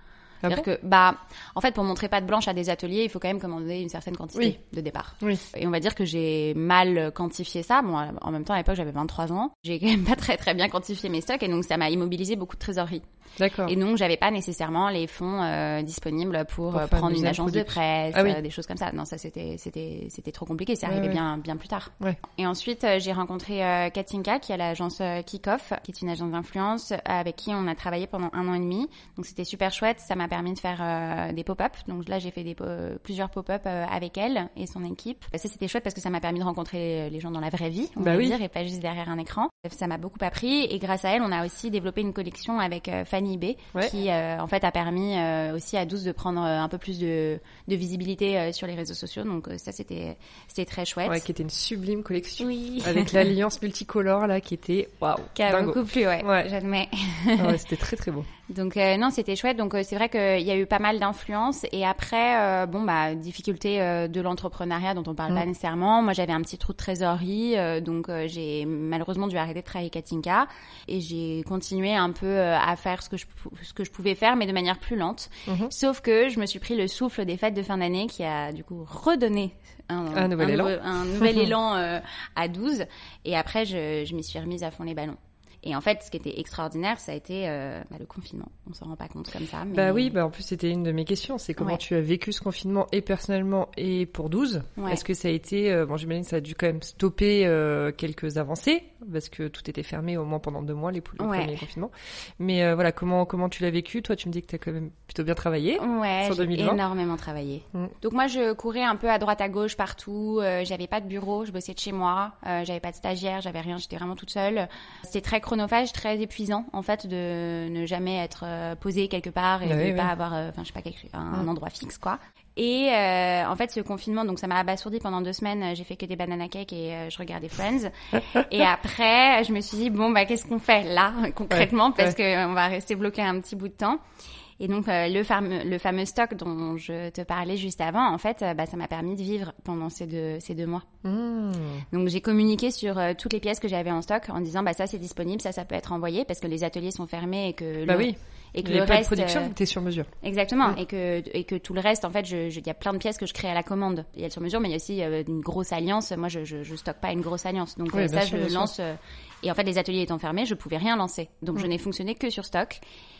Ah C'est-à-dire bon que, bah, en fait, pour montrer patte blanche à des ateliers, il faut quand même commander une certaine quantité oui. de départ. Oui. Et on va dire que j'ai mal quantifié ça. Bon, en même temps, à l'époque, j'avais vingt-trois ans. J'ai quand même pas très très bien quantifié mes stocks et donc ça m'a immobilisé beaucoup de trésorerie. D'accord. Et donc, j'avais pas nécessairement les fonds euh, disponibles pour, pour euh, prendre une agence de presse, ah oui. euh, des choses comme ça. Non, ça c'était c'était c'était trop compliqué. C'est ouais, arrivé ouais. bien bien plus tard. Ouais. Et ensuite, euh, j'ai rencontré euh, Katinka, qui a l'agence euh, Kickoff, qui est une agence d'influence avec qui on a travaillé pendant un an et demi. Donc c'était super chouette. Ça m'a permis de faire euh, des pop-up. Donc là, j'ai fait des po- plusieurs pop-up euh, avec elle et son équipe. Ça c'était chouette parce que ça m'a permis de rencontrer les gens dans la vraie vie, on bah va oui. dire, et pas juste derrière un écran. Ça m'a beaucoup appris et grâce à elle, on a aussi développé une collection avec euh, Fanny B, ouais. qui euh, en fait a permis euh, aussi à douze de prendre euh, un peu plus de, de visibilité euh, sur les réseaux sociaux. Donc euh, ça c'était c'était très chouette. Ouais, qui était une sublime collection. Oui. Avec l'alliance multicolore là qui était waouh. Qui a dingo. beaucoup plu, ouais. ouais. J'admets. Ah ouais, c'était très très beau. Donc euh, non, c'était chouette. Donc euh, c'est vrai qu'il y a eu pas mal d'influence. Et après, euh, bon bah difficulté euh, de l'entrepreneuriat dont on parle mmh. pas nécessairement. Moi, j'avais un petit trou de trésorerie, euh, donc euh, j'ai malheureusement dû arrêter de travailler avec Katinka et j'ai continué un peu euh, à faire ce que je ce que je pouvais faire, mais de manière plus lente. Mmh. Sauf que je me suis pris le souffle des fêtes de fin d'année qui a du coup redonné un, un nouvel un élan, nouveau, un nouvel élan euh, à douze. Et après, je, je m'y suis remise à fond les ballons. Et en fait, ce qui était extraordinaire, ça a été euh, bah, le confinement. On s'en rend pas compte comme ça. Mais... Bah oui, bah en plus c'était une de mes questions. C'est comment ouais. tu as vécu ce confinement et personnellement et pour douze. Ouais. Est-ce que ça a été, euh, bon j'imagine que ça a dû quand même stopper euh, quelques avancées parce que tout était fermé au moins pendant deux mois les, les ouais. premiers confinements. Mais euh, voilà, comment comment tu l'as vécu? Toi, tu me dis que tu as quand même plutôt bien travaillé. Ouais, sur deux mille vingt. J'ai énormément travaillé. Mm. Donc moi, je courais un peu à droite à gauche partout. Euh, j'avais pas de bureau, je bossais de chez moi. Euh, j'avais pas de stagiaire, j'avais rien. J'étais vraiment toute seule. C'était très chronophage, très épuisant en fait de ne jamais être euh, posé quelque part et bah de oui, pas oui. avoir enfin euh, je sais pas quelque, un, un endroit fixe quoi. Et euh, en fait ce confinement donc ça m'a abasourdi pendant deux semaines, j'ai fait que des banana cakes et euh, je regardais Friends. Et après je me suis dit bon bah qu'est-ce qu'on fait là concrètement ouais, parce ouais. que on va rester bloqué un petit bout de temps. Et donc euh, le fameux le fameux stock dont je te parlais juste avant, en fait, euh, bah ça m'a permis de vivre pendant ces deux ces deux mois. Mmh. Donc j'ai communiqué sur euh, toutes les pièces que j'avais en stock en disant bah ça c'est disponible, ça ça peut être envoyé parce que les ateliers sont fermés et que bah le, oui. et que il y le pas reste de production, euh, t'es sur mesure. Exactement mmh. et que et que tout le reste en fait je je il y a plein de pièces que je crée à la commande. Il y a sur mesure mais il y a aussi euh, une grosse alliance. Moi je je je stocke pas une grosse alliance. Donc oui, euh, ça sûr, je lance euh, et en fait les ateliers étant fermés, je pouvais rien lancer. Donc mmh. je n'ai fonctionné que sur stock.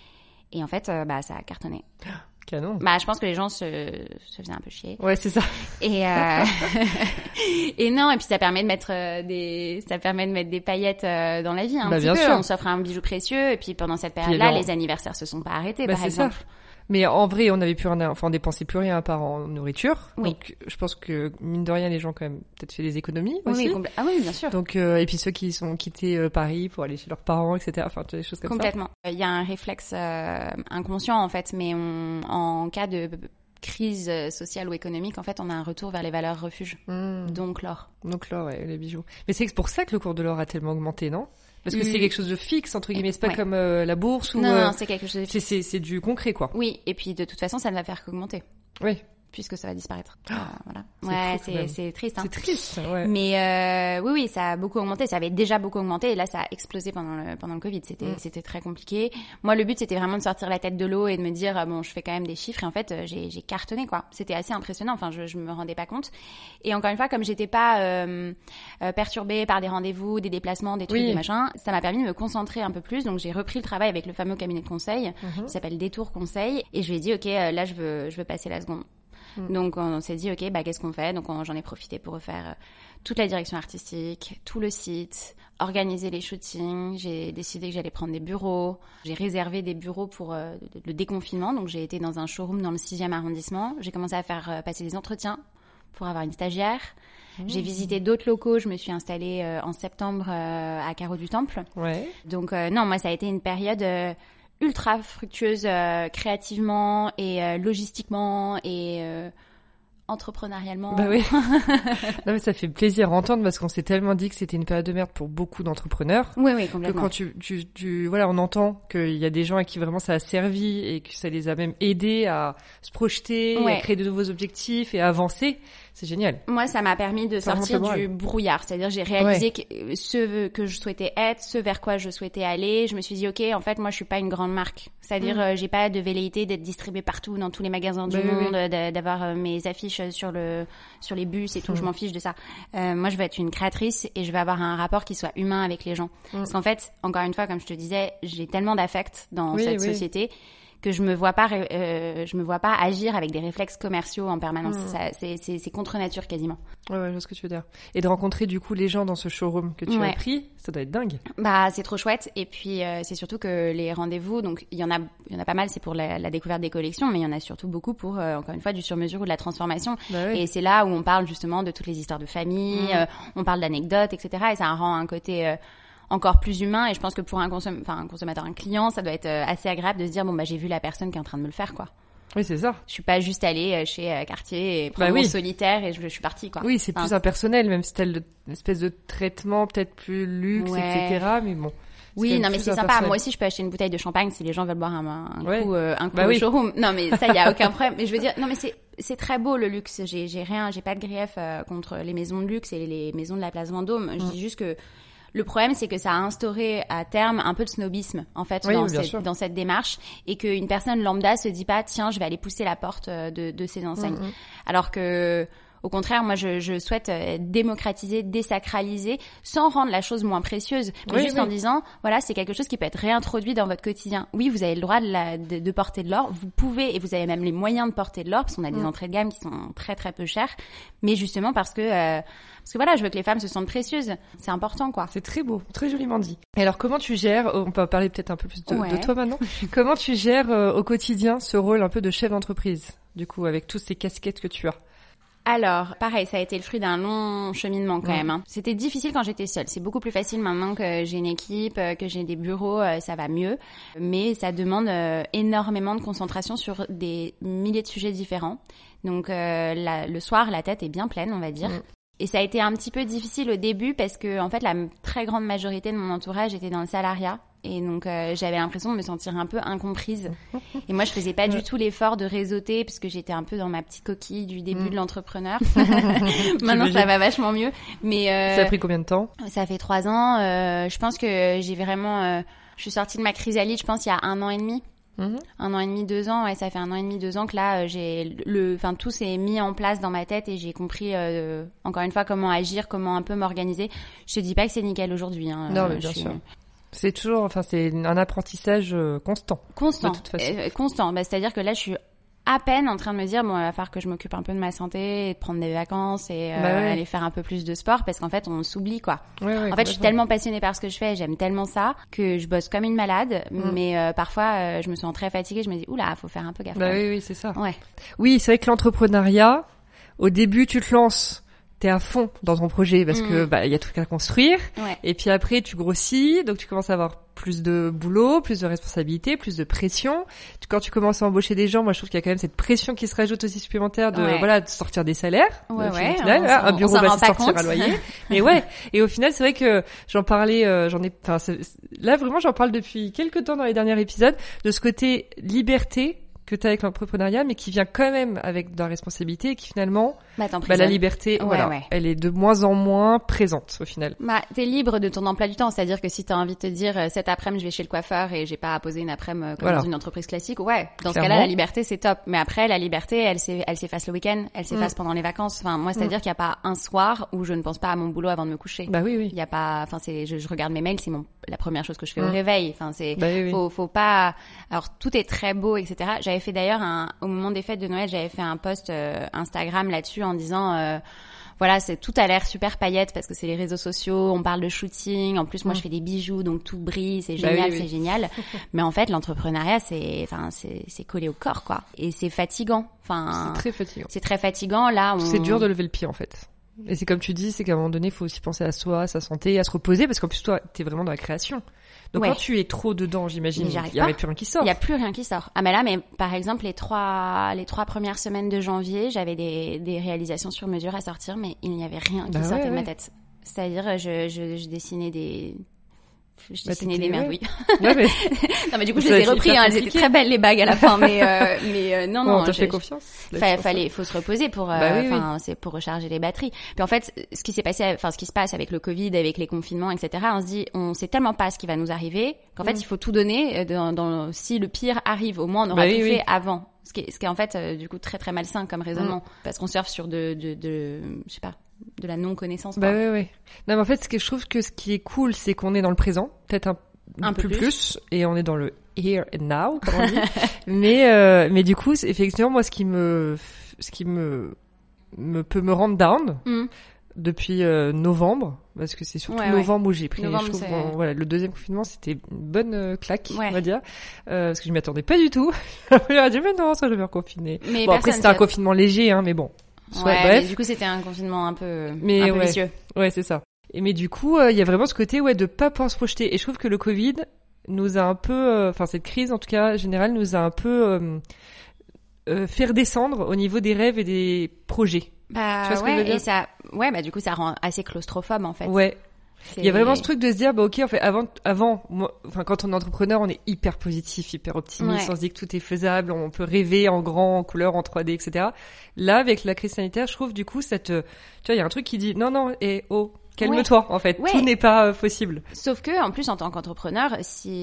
Et en fait, euh, bah, ça a cartonné. Canon. Bah, je pense que les gens se, se faisaient un peu chier. Ouais, c'est ça. Et, euh... et non, et puis ça permet de mettre euh, des, ça permet de mettre des paillettes euh, dans la vie, un bah, petit bien peu. Sûr. On s'offre un bijou précieux, et puis pendant cette période-là, les anniversaires se sont pas arrêtés, bah, par exemple. Ça. Mais en vrai, on n'avait plus rien, à... enfin, on dépensait plus rien à part en nourriture. Oui. Donc, je pense que, mine de rien, les gens, quand même, peut-être fait des économies aussi. Oui, compl- ah oui, bien sûr. Donc, euh, et puis ceux qui sont quittés euh, Paris pour aller chez leurs parents, et cetera. Enfin, des choses comme Complètement. ça. Complètement. Il y a un réflexe euh, inconscient, en fait, mais on, en cas de crise sociale ou économique, en fait, on a un retour vers les valeurs refuges. Mmh. Donc l'or. Donc l'or, ouais, les bijoux. Mais c'est pour ça que le cours de l'or a tellement augmenté, non? Parce que mmh. c'est quelque chose de fixe, entre guillemets, c'est pas ouais. comme euh, la bourse ou... Non, euh, non, c'est quelque chose de fixe. C'est, c'est, c'est du concret, quoi. Oui, et puis de toute façon, ça ne va faire qu'augmenter. Oui. Puisque ça va disparaître. Oh, euh, voilà. C'est ouais, fou, c'est, c'est triste. Hein. C'est triste, ouais. Mais euh, oui, oui, ça a beaucoup augmenté. Ça avait déjà beaucoup augmenté et là, ça a explosé pendant le pendant le Covid. C'était mm. c'était très compliqué. Moi, le but, c'était vraiment de sortir la tête de l'eau et de me dire bon, je fais quand même des chiffres. Et en fait, j'ai j'ai cartonné quoi. C'était assez impressionnant. Enfin, je je me rendais pas compte. Et encore une fois, comme j'étais pas euh, euh, perturbée par des rendez-vous, des déplacements, des trucs, oui. des machins, ça m'a permis de me concentrer un peu plus. Donc, j'ai repris le travail avec le fameux cabinet de conseil mm-hmm. qui s'appelle Détour Conseil. Et je lui ai dit ok, là, je veux je veux passer la seconde. Donc on s'est dit ok bah qu'est-ce qu'on fait, donc on, j'en ai profité pour refaire euh, toute la direction artistique, tout le site, organiser les shootings. J'ai décidé que j'allais prendre des bureaux, j'ai réservé des bureaux pour euh, le déconfinement, donc j'ai été dans un showroom dans le sixième arrondissement. J'ai commencé à faire euh, passer des entretiens pour avoir une stagiaire. Mmh. J'ai visité d'autres locaux, je me suis installée euh, en septembre euh, à Carreau du Temple. Ouais. Donc euh, non, moi ça a été une période euh, ultra fructueuse euh, créativement et euh, logistiquement et euh, entrepreneurialement. Bah oui. Non mais ça fait plaisir à entendre parce qu'on s'est tellement dit que c'était une période de merde pour beaucoup d'entrepreneurs. Oui oui complètement. Que quand tu tu tu voilà, on entend qu'il y a des gens à qui vraiment ça a servi et que ça les a même aidés à se projeter, ouais. à créer de nouveaux objectifs et à avancer. C'est génial. Moi, ça m'a permis de Ça sortir remonte le du moral. brouillard. C'est-à-dire, j'ai réalisé Ouais. que ce que je souhaitais être, ce vers quoi je souhaitais aller. Je me suis dit, ok, en fait, moi, je suis pas une grande marque. C'est-à-dire, Mm. euh, j'ai pas de velléité d'être distribuée partout dans tous les magasins du Bah oui, monde, oui. de- d'avoir euh, mes affiches sur le sur les bus et tout. Mm. Je m'en fiche de ça. Euh, moi, je veux être une créatrice et je veux avoir un rapport qui soit humain avec les gens. Mm. Parce qu'en fait, encore une fois, comme je te disais, j'ai tellement d'affect dans Oui, cette oui. société que je me vois pas ré- euh, je me vois pas agir avec des réflexes commerciaux en permanence. Mm. Ça, c'est c'est c'est contre nature quasiment. Ouais, ouais, je vois ce que tu veux dire. Et de rencontrer du coup les gens dans ce showroom que tu Ouais. as pris, ça doit être dingue. Bah, c'est trop chouette. Et puis, euh, c'est surtout que les rendez-vous, donc il y en a, il y en a pas mal, c'est pour la, la découverte des collections, mais il y en a surtout beaucoup pour, euh, encore une fois, du sur-mesure ou de la transformation. Bah oui. Et c'est là où on parle justement de toutes les histoires de famille, Mm. euh, on parle d'anecdotes, et cetera. Et ça rend un côté euh, encore plus humain. Et je pense que pour un, consom- enfin, un consommateur, un client, ça doit être euh, assez agréable de se dire, bon, bah, j'ai vu la personne qui est en train de me le faire, quoi. Oui, c'est ça. Je suis pas juste allée euh, chez euh, Cartier et prendre Bah oui. mon solitaire et je, je suis partie, quoi. Oui, c'est Enfin, plus impersonnel, même si t'as le- une espèce de traitement peut-être plus luxe, Ouais. et cetera. Mais bon. quand Oui, même non, mais plus c'est sympa. impersonnel. Moi aussi, je peux acheter une bouteille de champagne si les gens veulent boire un, un Ouais. coup, euh, un coup Bah au oui. showroom. Non, mais ça, il y a aucun problème. Mais je veux dire, non, mais c'est c'est très beau le luxe. J'ai j'ai rien, j'ai pas de grief euh, contre les maisons de luxe et les maisons de la place Vendôme. Je Mm. dis juste que le problème, c'est que ça a instauré à terme un peu de snobisme, en fait, Oui, dans, oui, bien cette, sûr. dans cette démarche, et qu'une personne lambda se dit pas, tiens, je vais aller pousser la porte euh, de, de ces enseignes. Mm, mm. Alors que, au contraire, moi, je, je souhaite euh, démocratiser, désacraliser, sans rendre la chose moins précieuse, mais Oui, juste oui. en disant, voilà, c'est quelque chose qui peut être réintroduit dans votre quotidien. Oui, vous avez le droit de, la, de, de porter de l'or, vous pouvez, et vous avez même les moyens de porter de l'or, parce qu'on a des Mm. entrées de gamme qui sont très très peu chères, mais justement parce que, euh, parce que voilà, je veux que les femmes se sentent précieuses. C'est important, quoi. C'est très beau, très joliment dit. Et alors, comment tu gères, on peut parler peut-être un peu plus de, Ouais. de toi maintenant, comment tu gères euh, au quotidien ce rôle un peu de chef d'entreprise, du coup, avec toutes ces casquettes que tu as? Alors, pareil, ça a été le fruit d'un long cheminement quand Ouais. même. Hein. C'était difficile quand j'étais seule. C'est beaucoup plus facile maintenant que j'ai une équipe, euh, que j'ai des bureaux, euh, ça va mieux. Mais ça demande euh, énormément de concentration sur des milliers de sujets différents. Donc, euh, la- le soir, la tête est bien pleine, on va dire. Mm. Et ça a été un petit peu difficile au début parce que, en fait, la m- très grande majorité de mon entourage était dans le salariat. Et donc, euh, j'avais l'impression de me sentir un peu incomprise. Et moi, je faisais pas du tout l'effort de réseauter parce que j'étais un peu dans ma petite coquille du début Mm. de l'entrepreneur. Maintenant, ça J'imagine. va vachement mieux. Mais euh, Ça a pris combien de temps? ça fait trois ans. Euh, je pense que j'ai vraiment... euh, je suis sortie de ma chrysalide, je pense, il y a un an et demi. Mhm. Un an et demi, deux ans, ouais, ça fait un an et demi, deux ans que là, euh, j'ai le, enfin tout s'est mis en place dans ma tête et j'ai compris euh, encore une fois comment agir, comment un peu m'organiser. Je te dis pas que c'est nickel aujourd'hui. Hein, Non, euh, mais je bien suis sûr. C'est toujours, enfin, c'est un apprentissage euh, constant. constant, De toute façon. euh, constant. Bah, c'est-à-dire que là, je suis à peine en train de me dire bon, il va falloir que je m'occupe un peu de ma santé, et de prendre des vacances et euh, Bah ouais. aller faire un peu plus de sport parce qu'en fait, on s'oublie quoi. Ouais, ouais, En fait, je suis complètement. tellement passionnée par ce que je fais, j'aime tellement ça que je bosse comme une malade, Mm. mais euh, parfois euh, je me sens très fatiguée, je me dis oula, faut faire un peu gaffe. Bah quand même. oui, oui, c'est ça. Ouais. Oui, c'est vrai que l'entrepreneuriat, au début, tu te lances, t'es à fond dans ton projet parce Mm. que bah il y a tout à construire. Ouais. Et puis après, tu grossis, donc tu commences à avoir plus de boulot, plus de responsabilités, plus de pression. Tu- Quand tu commences à embaucher des gens, moi je trouve qu'il y a quand même cette pression qui se rajoute aussi supplémentaire de Ouais. voilà de sortir des salaires. Ouais, au ouais, final, on hein, s'en- un on bureau s'en va rend se pas sortir compte. un loyer. Mais ouais. Et au final, c'est vrai que j'en parlais, euh, j'en ai, enfin c'est- là vraiment j'en parle depuis quelques temps dans les derniers épisodes de ce côté liberté que tu as avec l'entrepreneuriat, mais qui vient quand même avec de la responsabilité et qui finalement, Bah, bah, t'en la prisonnes. liberté, Ouais, voilà, ouais. elle est de moins en moins présente au final. Bah, t'es libre de ton emploi du temps, c'est-à-dire que si t'as envie de te dire euh, cet après-midi je vais chez le coiffeur et j'ai pas à poser une après-midi euh, comme Voilà. dans une entreprise classique, ouais, dans ce Clairement. cas-là la liberté c'est top. Mais après la liberté, elle s'est- elle s'efface le week-end, elle s'efface Mm. pendant les vacances. Enfin moi c'est-à-dire qu'il y a pas un soir où je ne pense pas à mon boulot avant de me coucher. Bah oui, oui. Il y a pas, enfin c'est, je, je regarde mes mails, c'est mon la première chose que je fais Mm. au réveil. Enfin c'est, Bah oui, oui. faut faut pas. Alors tout est très beau, et cetera. J'avais fait d'ailleurs un, au moment des fêtes de Noël, j'avais fait un post euh, Instagram là-dessus en disant. Euh, Voilà, c'est tout a l'air super paillettes parce que c'est les réseaux sociaux, on parle de shooting, en plus moi Mm. je fais des bijoux donc tout brille, c'est Bah génial, oui, oui. c'est génial. Mais en fait, l'entrepreneuriat c'est enfin c'est c'est collé au corps quoi. Et c'est fatigant. Enfin C'est très fatigant. c'est très fatigant là, on... C'est dur de lever le pied en fait. Et c'est comme tu dis, c'est qu'à un moment donné, il faut aussi penser à soi, à sa santé, à se reposer, parce qu'en plus toi, t'es vraiment dans la création. Donc Ouais. quand tu es trop dedans, j'imagine, Mais il j'arrive y aurait pas. plus rien qui sort. Il y a plus rien qui sort. Ah mais là, mais par exemple les trois les trois premières semaines de janvier, j'avais des des réalisations sur mesure à sortir, mais il n'y avait rien qui Bah sortait ouais, de ma ouais. tête. C'est-à-dire, je je, je dessinais des Je bah, dessinais des merdes, ouais. oui. Ouais, mais... non, mais du coup, je les ai repris, hein. Elles étaient très belles, les bagues, à la fin, mais, euh, mais, euh, non, non. On t'a je, fait confiance. Fa- fallait, faut se reposer pour, euh, bah, oui, enfin, oui. c'est pour recharger les batteries. Puis en fait, ce qui s'est passé, enfin, ce qui se passe avec le Covid, avec les confinements, et cetera, on se dit, on sait tellement pas ce qui va nous arriver qu'en fait, mm. il faut tout donner dans, dans, si le pire arrive, au moins, on aura bah, tout oui, fait oui. avant. Ce qui est, ce qui est en fait, euh, du coup, très, très malsain comme raisonnement. Mm. Parce qu'on surfe sur de, de, de, je sais pas, de la non-connaissance. Bah, ouais, ouais. Non, mais en fait, ce que je trouve que ce qui est cool, c'est qu'on est dans le présent. Peut-être un un peu peu plus. plus et on est dans le here and now comme on dit. mais euh, mais du coup c'est effectivement moi ce qui me ce qui me me peut me rendre down mm. depuis euh, novembre parce que c'est surtout ouais, novembre ouais. où j'ai pris novembre, je trouve c'est... bon, voilà le deuxième confinement c'était une bonne euh, claque ouais. on va dire euh, parce que je m'y attendais pas du tout. Après j'ai dit mais non ça je vais me reconfiner. Mais bon après c'était un a... confinement léger hein mais bon. Soit, ouais, bref. mais du coup c'était un confinement un peu mais un peu ouais. vicieux. Ouais c'est ça. Et mais du coup il euh, y a vraiment ce côté ouais de pas pouvoir se projeter et je trouve que le Covid nous a un peu, enfin euh, cette crise en tout cas générale nous a un peu euh, euh, fait redescendre au niveau des rêves et des projets. Bah tu vois ce ouais, que je veux dire et ça, ouais bah du coup ça rend assez claustrophobe en fait. Ouais. C'est... Il y a vraiment ce truc de se dire bah ok en fait avant avant moi, enfin quand on est entrepreneur on est hyper positif hyper optimiste, ouais. on se dit que tout est faisable, on peut rêver en grand, en couleur, en trois D et cetera. Là avec la crise sanitaire je trouve du coup ça te, tu vois il y a un truc qui dit non non et oh calme-toi, ouais. en fait. Ouais. Tout n'est pas euh, possible. Sauf que, en plus, en tant qu'entrepreneur,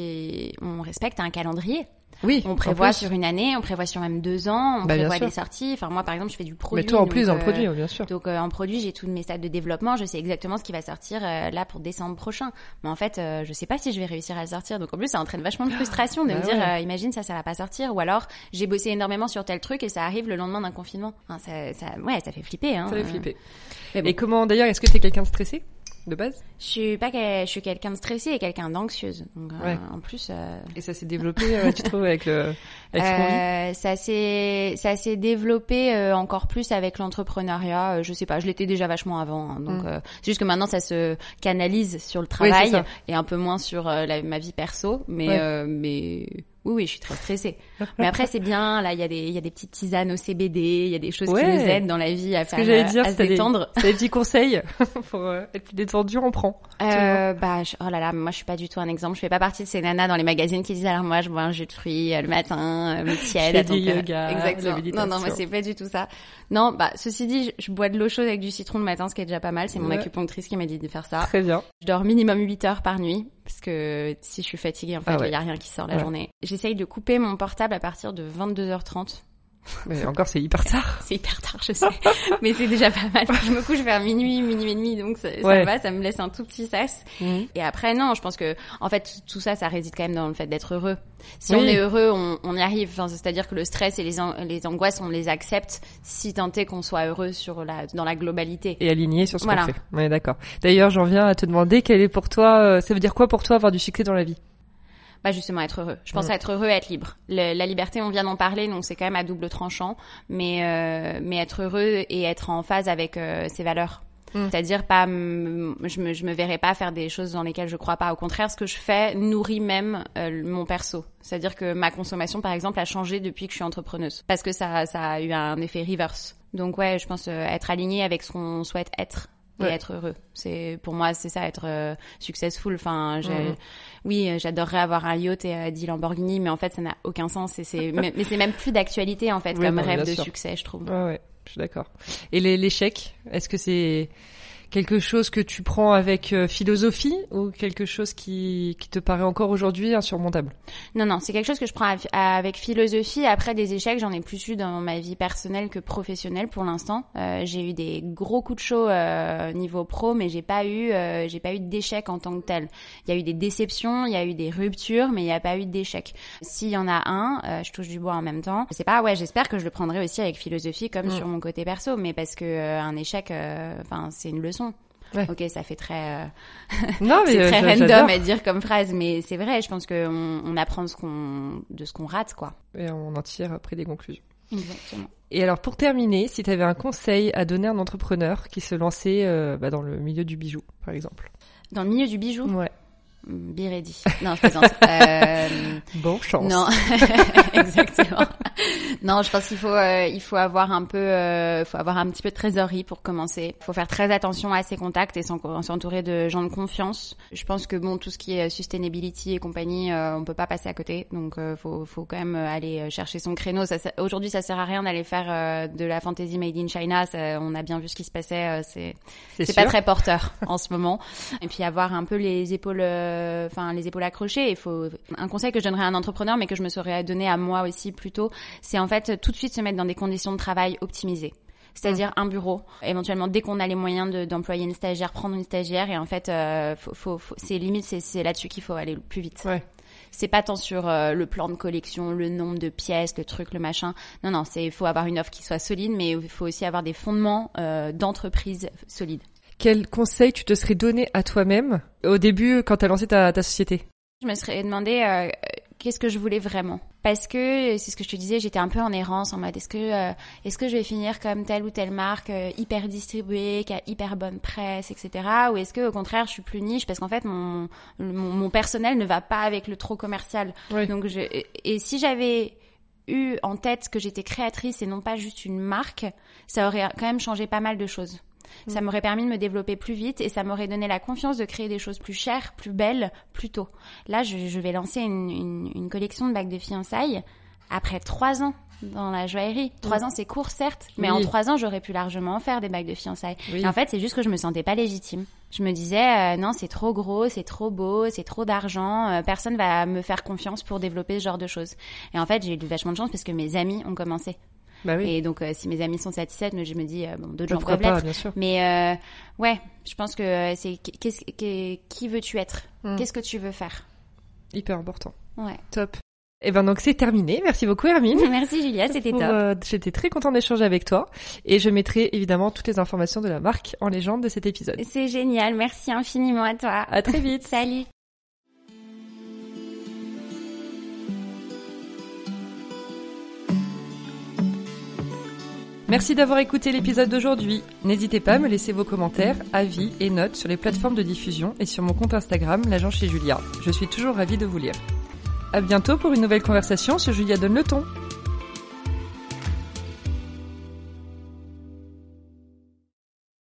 si on respecte un calendrier, oui, on prévoit sur une année, on prévoit sur même deux ans, on bah, prévoit des sorties. Enfin, moi, par exemple, je fais du produit. Mais toi, en plus, donc, en euh, produit, bien sûr. Donc, euh, en produit, j'ai tous mes stades de développement. Je sais exactement ce qui va sortir euh, là pour décembre prochain. Mais en fait, euh, je sais pas si je vais réussir à le sortir. Donc, en plus, ça entraîne vachement de frustration de bah, me dire, ouais. euh, imagine ça, ça va pas sortir. Ou alors, j'ai bossé énormément sur tel truc et ça arrive le lendemain d'un confinement. Enfin, ça, ça, ouais, ça fait flipper. Hein. Ça fait flipper. Mais bon. Et comment, d'ailleurs, est-ce que t'es quelqu'un de stressé de base? Je suis pas, je suis quelqu'un de stressé et quelqu'un d'anxieuse. Donc, ouais. euh, en plus. Euh... Et ça s'est développé, euh, tu trouves, avec le, avec euh, ça s'est, ça s'est développé euh, encore plus avec l'entrepreneuriat. Euh, je sais pas, je l'étais déjà vachement avant. Hein, donc, mm. euh, c'est juste que maintenant ça se canalise sur le travail oui, et un peu moins sur euh, la, ma vie perso. Mais, ouais. euh, mais. Oui, oui, je suis très stressée. Mais après, c'est bien. Là, il y a des, il y a des petites tisanes au C B D. Il y a des choses ouais. qui nous aident dans la vie à faire, que dire, à se détendre. Des, des petits conseils pour euh, être plus détendu, on prend. Euh, bah, je, oh là là, moi, je suis pas du tout un exemple. Je fais pas partie de ces nanas dans les magazines qui disent alors moi, je bois un jus de fruits le matin, euh, mais tiède. Je fais du yoga, exactement. Non, non, moi, c'est pas du tout ça. Non, bah, ceci dit, je, je bois de l'eau chaude avec du citron le matin, ce qui est déjà pas mal. C'est mon ouais. acupunctrice qui m'a dit de faire ça. Très bien. Je dors minimum huit heures par nuit. Parce que si je suis fatiguée, en fait, il ah ouais. y a rien qui sort la ouais. journée. J'essaye de couper mon portable à partir de vingt-deux heures trente. Mais encore, c'est hyper tard. C'est hyper tard, je sais. Mais c'est déjà pas mal. Je me couche vers minuit, minuit et demi, donc ça, ouais. ça va, ça me laisse un tout petit sas. Mmh. Et après, non, je pense que, en fait, tout ça, ça réside quand même dans le fait d'être heureux. Si oui. on est heureux, on, on y arrive. Enfin, c'est-à-dire que le stress et les, an- les angoisses, on les accepte si tant est qu'on soit heureux sur la, dans la globalité. Et aligné sur ce voilà. qu'on fait. Ouais, d'accord. D'ailleurs, j'en viens à te demander quel est pour toi, euh, ça veut dire quoi pour toi avoir du succès dans la vie? Bah justement être heureux. Je pense mmh. à être heureux et être libre. Le, la liberté, on vient d'en parler, donc c'est quand même à double tranchant. Mais euh, mais être heureux et être en phase avec euh, ses valeurs. Mmh. C'est-à-dire pas, m- je me je me verrais pas faire des choses dans lesquelles je crois pas. Au contraire, ce que je fais nourrit même euh, mon perso. C'est-à-dire que ma consommation, par exemple, a changé depuis que je suis entrepreneuse, parce que ça ça a eu un effet reverse. Donc ouais, je pense euh, être aligné avec ce qu'on souhaite être. Et ouais. être heureux. C'est, pour moi, c'est ça, être euh, successful. Enfin, j'ai, mmh. oui, j'adorerais avoir un yacht et euh, dix Lamborghini, mais en fait, ça n'a aucun sens. Et c'est, mais, mais c'est même plus d'actualité, en fait, oui, comme non, rêve de sûr. Succès, je trouve. Ouais, ouais, je suis d'accord. Et les, l'échec, est-ce que c'est quelque chose que tu prends avec euh, philosophie ou quelque chose qui, qui te paraît encore aujourd'hui insurmontable? Non, non, c'est quelque chose que je prends à, avec philosophie. Après, des échecs, j'en ai plus eu dans ma vie personnelle que professionnelle pour l'instant. Euh, j'ai eu des gros coups de chaud euh, niveau pro, mais j'ai pas eu, euh, j'ai pas eu d'échecs en tant que tel. Il y a eu des déceptions, il y a eu des ruptures, mais il n'y a pas eu d'échecs. S'il y en a un, euh, je touche du bois en même temps. Je sais pas, ouais, j'espère que je le prendrai aussi avec philosophie comme mmh. sur mon côté perso, mais parce que euh, un échec, enfin, euh, c'est une leçon. Ouais. Ok, ça fait très, euh... non, mais c'est très euh, random j'adore. à dire comme phrase, mais c'est vrai. Je pense qu'on on apprend ce qu'on, de ce qu'on rate, quoi. Et on en tire après des conclusions. Exactement. Et alors, pour terminer, si tu avais un conseil à donner à un entrepreneur qui se lançait euh, bah, dans le milieu du bijou, par exemple. Dans le milieu du bijou. Ouais. be ready. Non, je plaisante. Euh... Bon chance. Non, exactement. Non, je pense qu'il faut, euh, il faut avoir un peu, euh, faut avoir un petit peu de trésorerie pour commencer. Il faut faire très attention à ses contacts et s'entourer de gens de confiance. Je pense que bon, tout ce qui est sustainability et compagnie, euh, on peut pas passer à côté. Donc, euh, faut, faut quand même aller chercher son créneau. Ça, ça, aujourd'hui, ça sert à rien d'aller faire euh, de la fantasy made in China. Ça, on a bien vu ce qui se passait. Euh, c'est, c'est, c'est pas très porteur en ce moment. Et puis avoir un peu les épaules, euh, enfin les épaules accrochées. Il faut un conseil que je donnerais à un entrepreneur, mais que je me serais donné à moi aussi plus tôt, c'est en fait tout de suite se mettre dans des conditions de travail optimisées. C'est-à-dire mmh. un bureau, éventuellement dès qu'on a les moyens de, d'employer une stagiaire, prendre une stagiaire et en fait, euh, faut, faut, faut, c'est limite, c'est, c'est là-dessus qu'il faut aller le plus vite. Ouais. C'est pas tant sur euh, le plan de collection, le nombre de pièces, le truc, le machin. Non, non, c'est, il faut avoir une offre qui soit solide, mais il faut aussi avoir des fondements euh, d'entreprise solides. Quel conseil tu te serais donné à toi-même au début quand tu as lancé ta, ta société? Je me serais demandé euh, qu'est-ce que je voulais vraiment. Parce que, c'est ce que je te disais, j'étais un peu en errance en mode est-ce que euh, est-ce que je vais finir comme telle ou telle marque euh, hyper distribuée, qui a hyper bonne presse, et cetera. Ou est-ce que au contraire je suis plus niche parce qu'en fait mon, mon, mon personnel ne va pas avec le trop commercial. Oui. Donc je, et si j'avais eu en tête que j'étais créatrice et non pas juste une marque, ça aurait quand même changé pas mal de choses. Ça m'aurait permis de me développer plus vite et ça m'aurait donné la confiance de créer des choses plus chères, plus belles, plus tôt. Là, je, je vais lancer une, une, une collection de bagues de fiançailles après trois ans dans la joaillerie. Trois mmh. ans, c'est court, certes, mais oui. en trois ans, j'aurais pu largement en faire des bagues de fiançailles. Oui. Et en fait, c'est juste que je me sentais pas légitime. Je me disais, euh, non, c'est trop gros, c'est trop beau, c'est trop d'argent, euh, personne va me faire confiance pour développer ce genre de choses. Et en fait, j'ai eu vachement de chance parce que mes amis ont commencé. Bah oui. Et donc, euh, si mes amis sont satisfaits, je me dis, euh, bon, d'autres gens peuvent l'être. Bien sûr. Mais euh, ouais, je pense que c'est qu'est-ce, qu'est, qui veux-tu être mmh. Qu'est-ce que tu veux faire? Hyper important. Ouais. Top. Et ben donc c'est terminé. Merci beaucoup Hermine. Merci Julia, c'était Pour, top. Euh, j'étais très contente d'échanger avec toi et je mettrai évidemment toutes les informations de la marque en légende de cet épisode. C'est génial. Merci infiniment à toi. À très vite. Salut. Merci d'avoir écouté l'épisode d'aujourd'hui. N'hésitez pas à me laisser vos commentaires, avis et notes sur les plateformes de diffusion et sur mon compte Instagram, l'agent chez Julia. Je suis toujours ravie de vous lire. À bientôt pour une nouvelle conversation sur Julia donne le ton.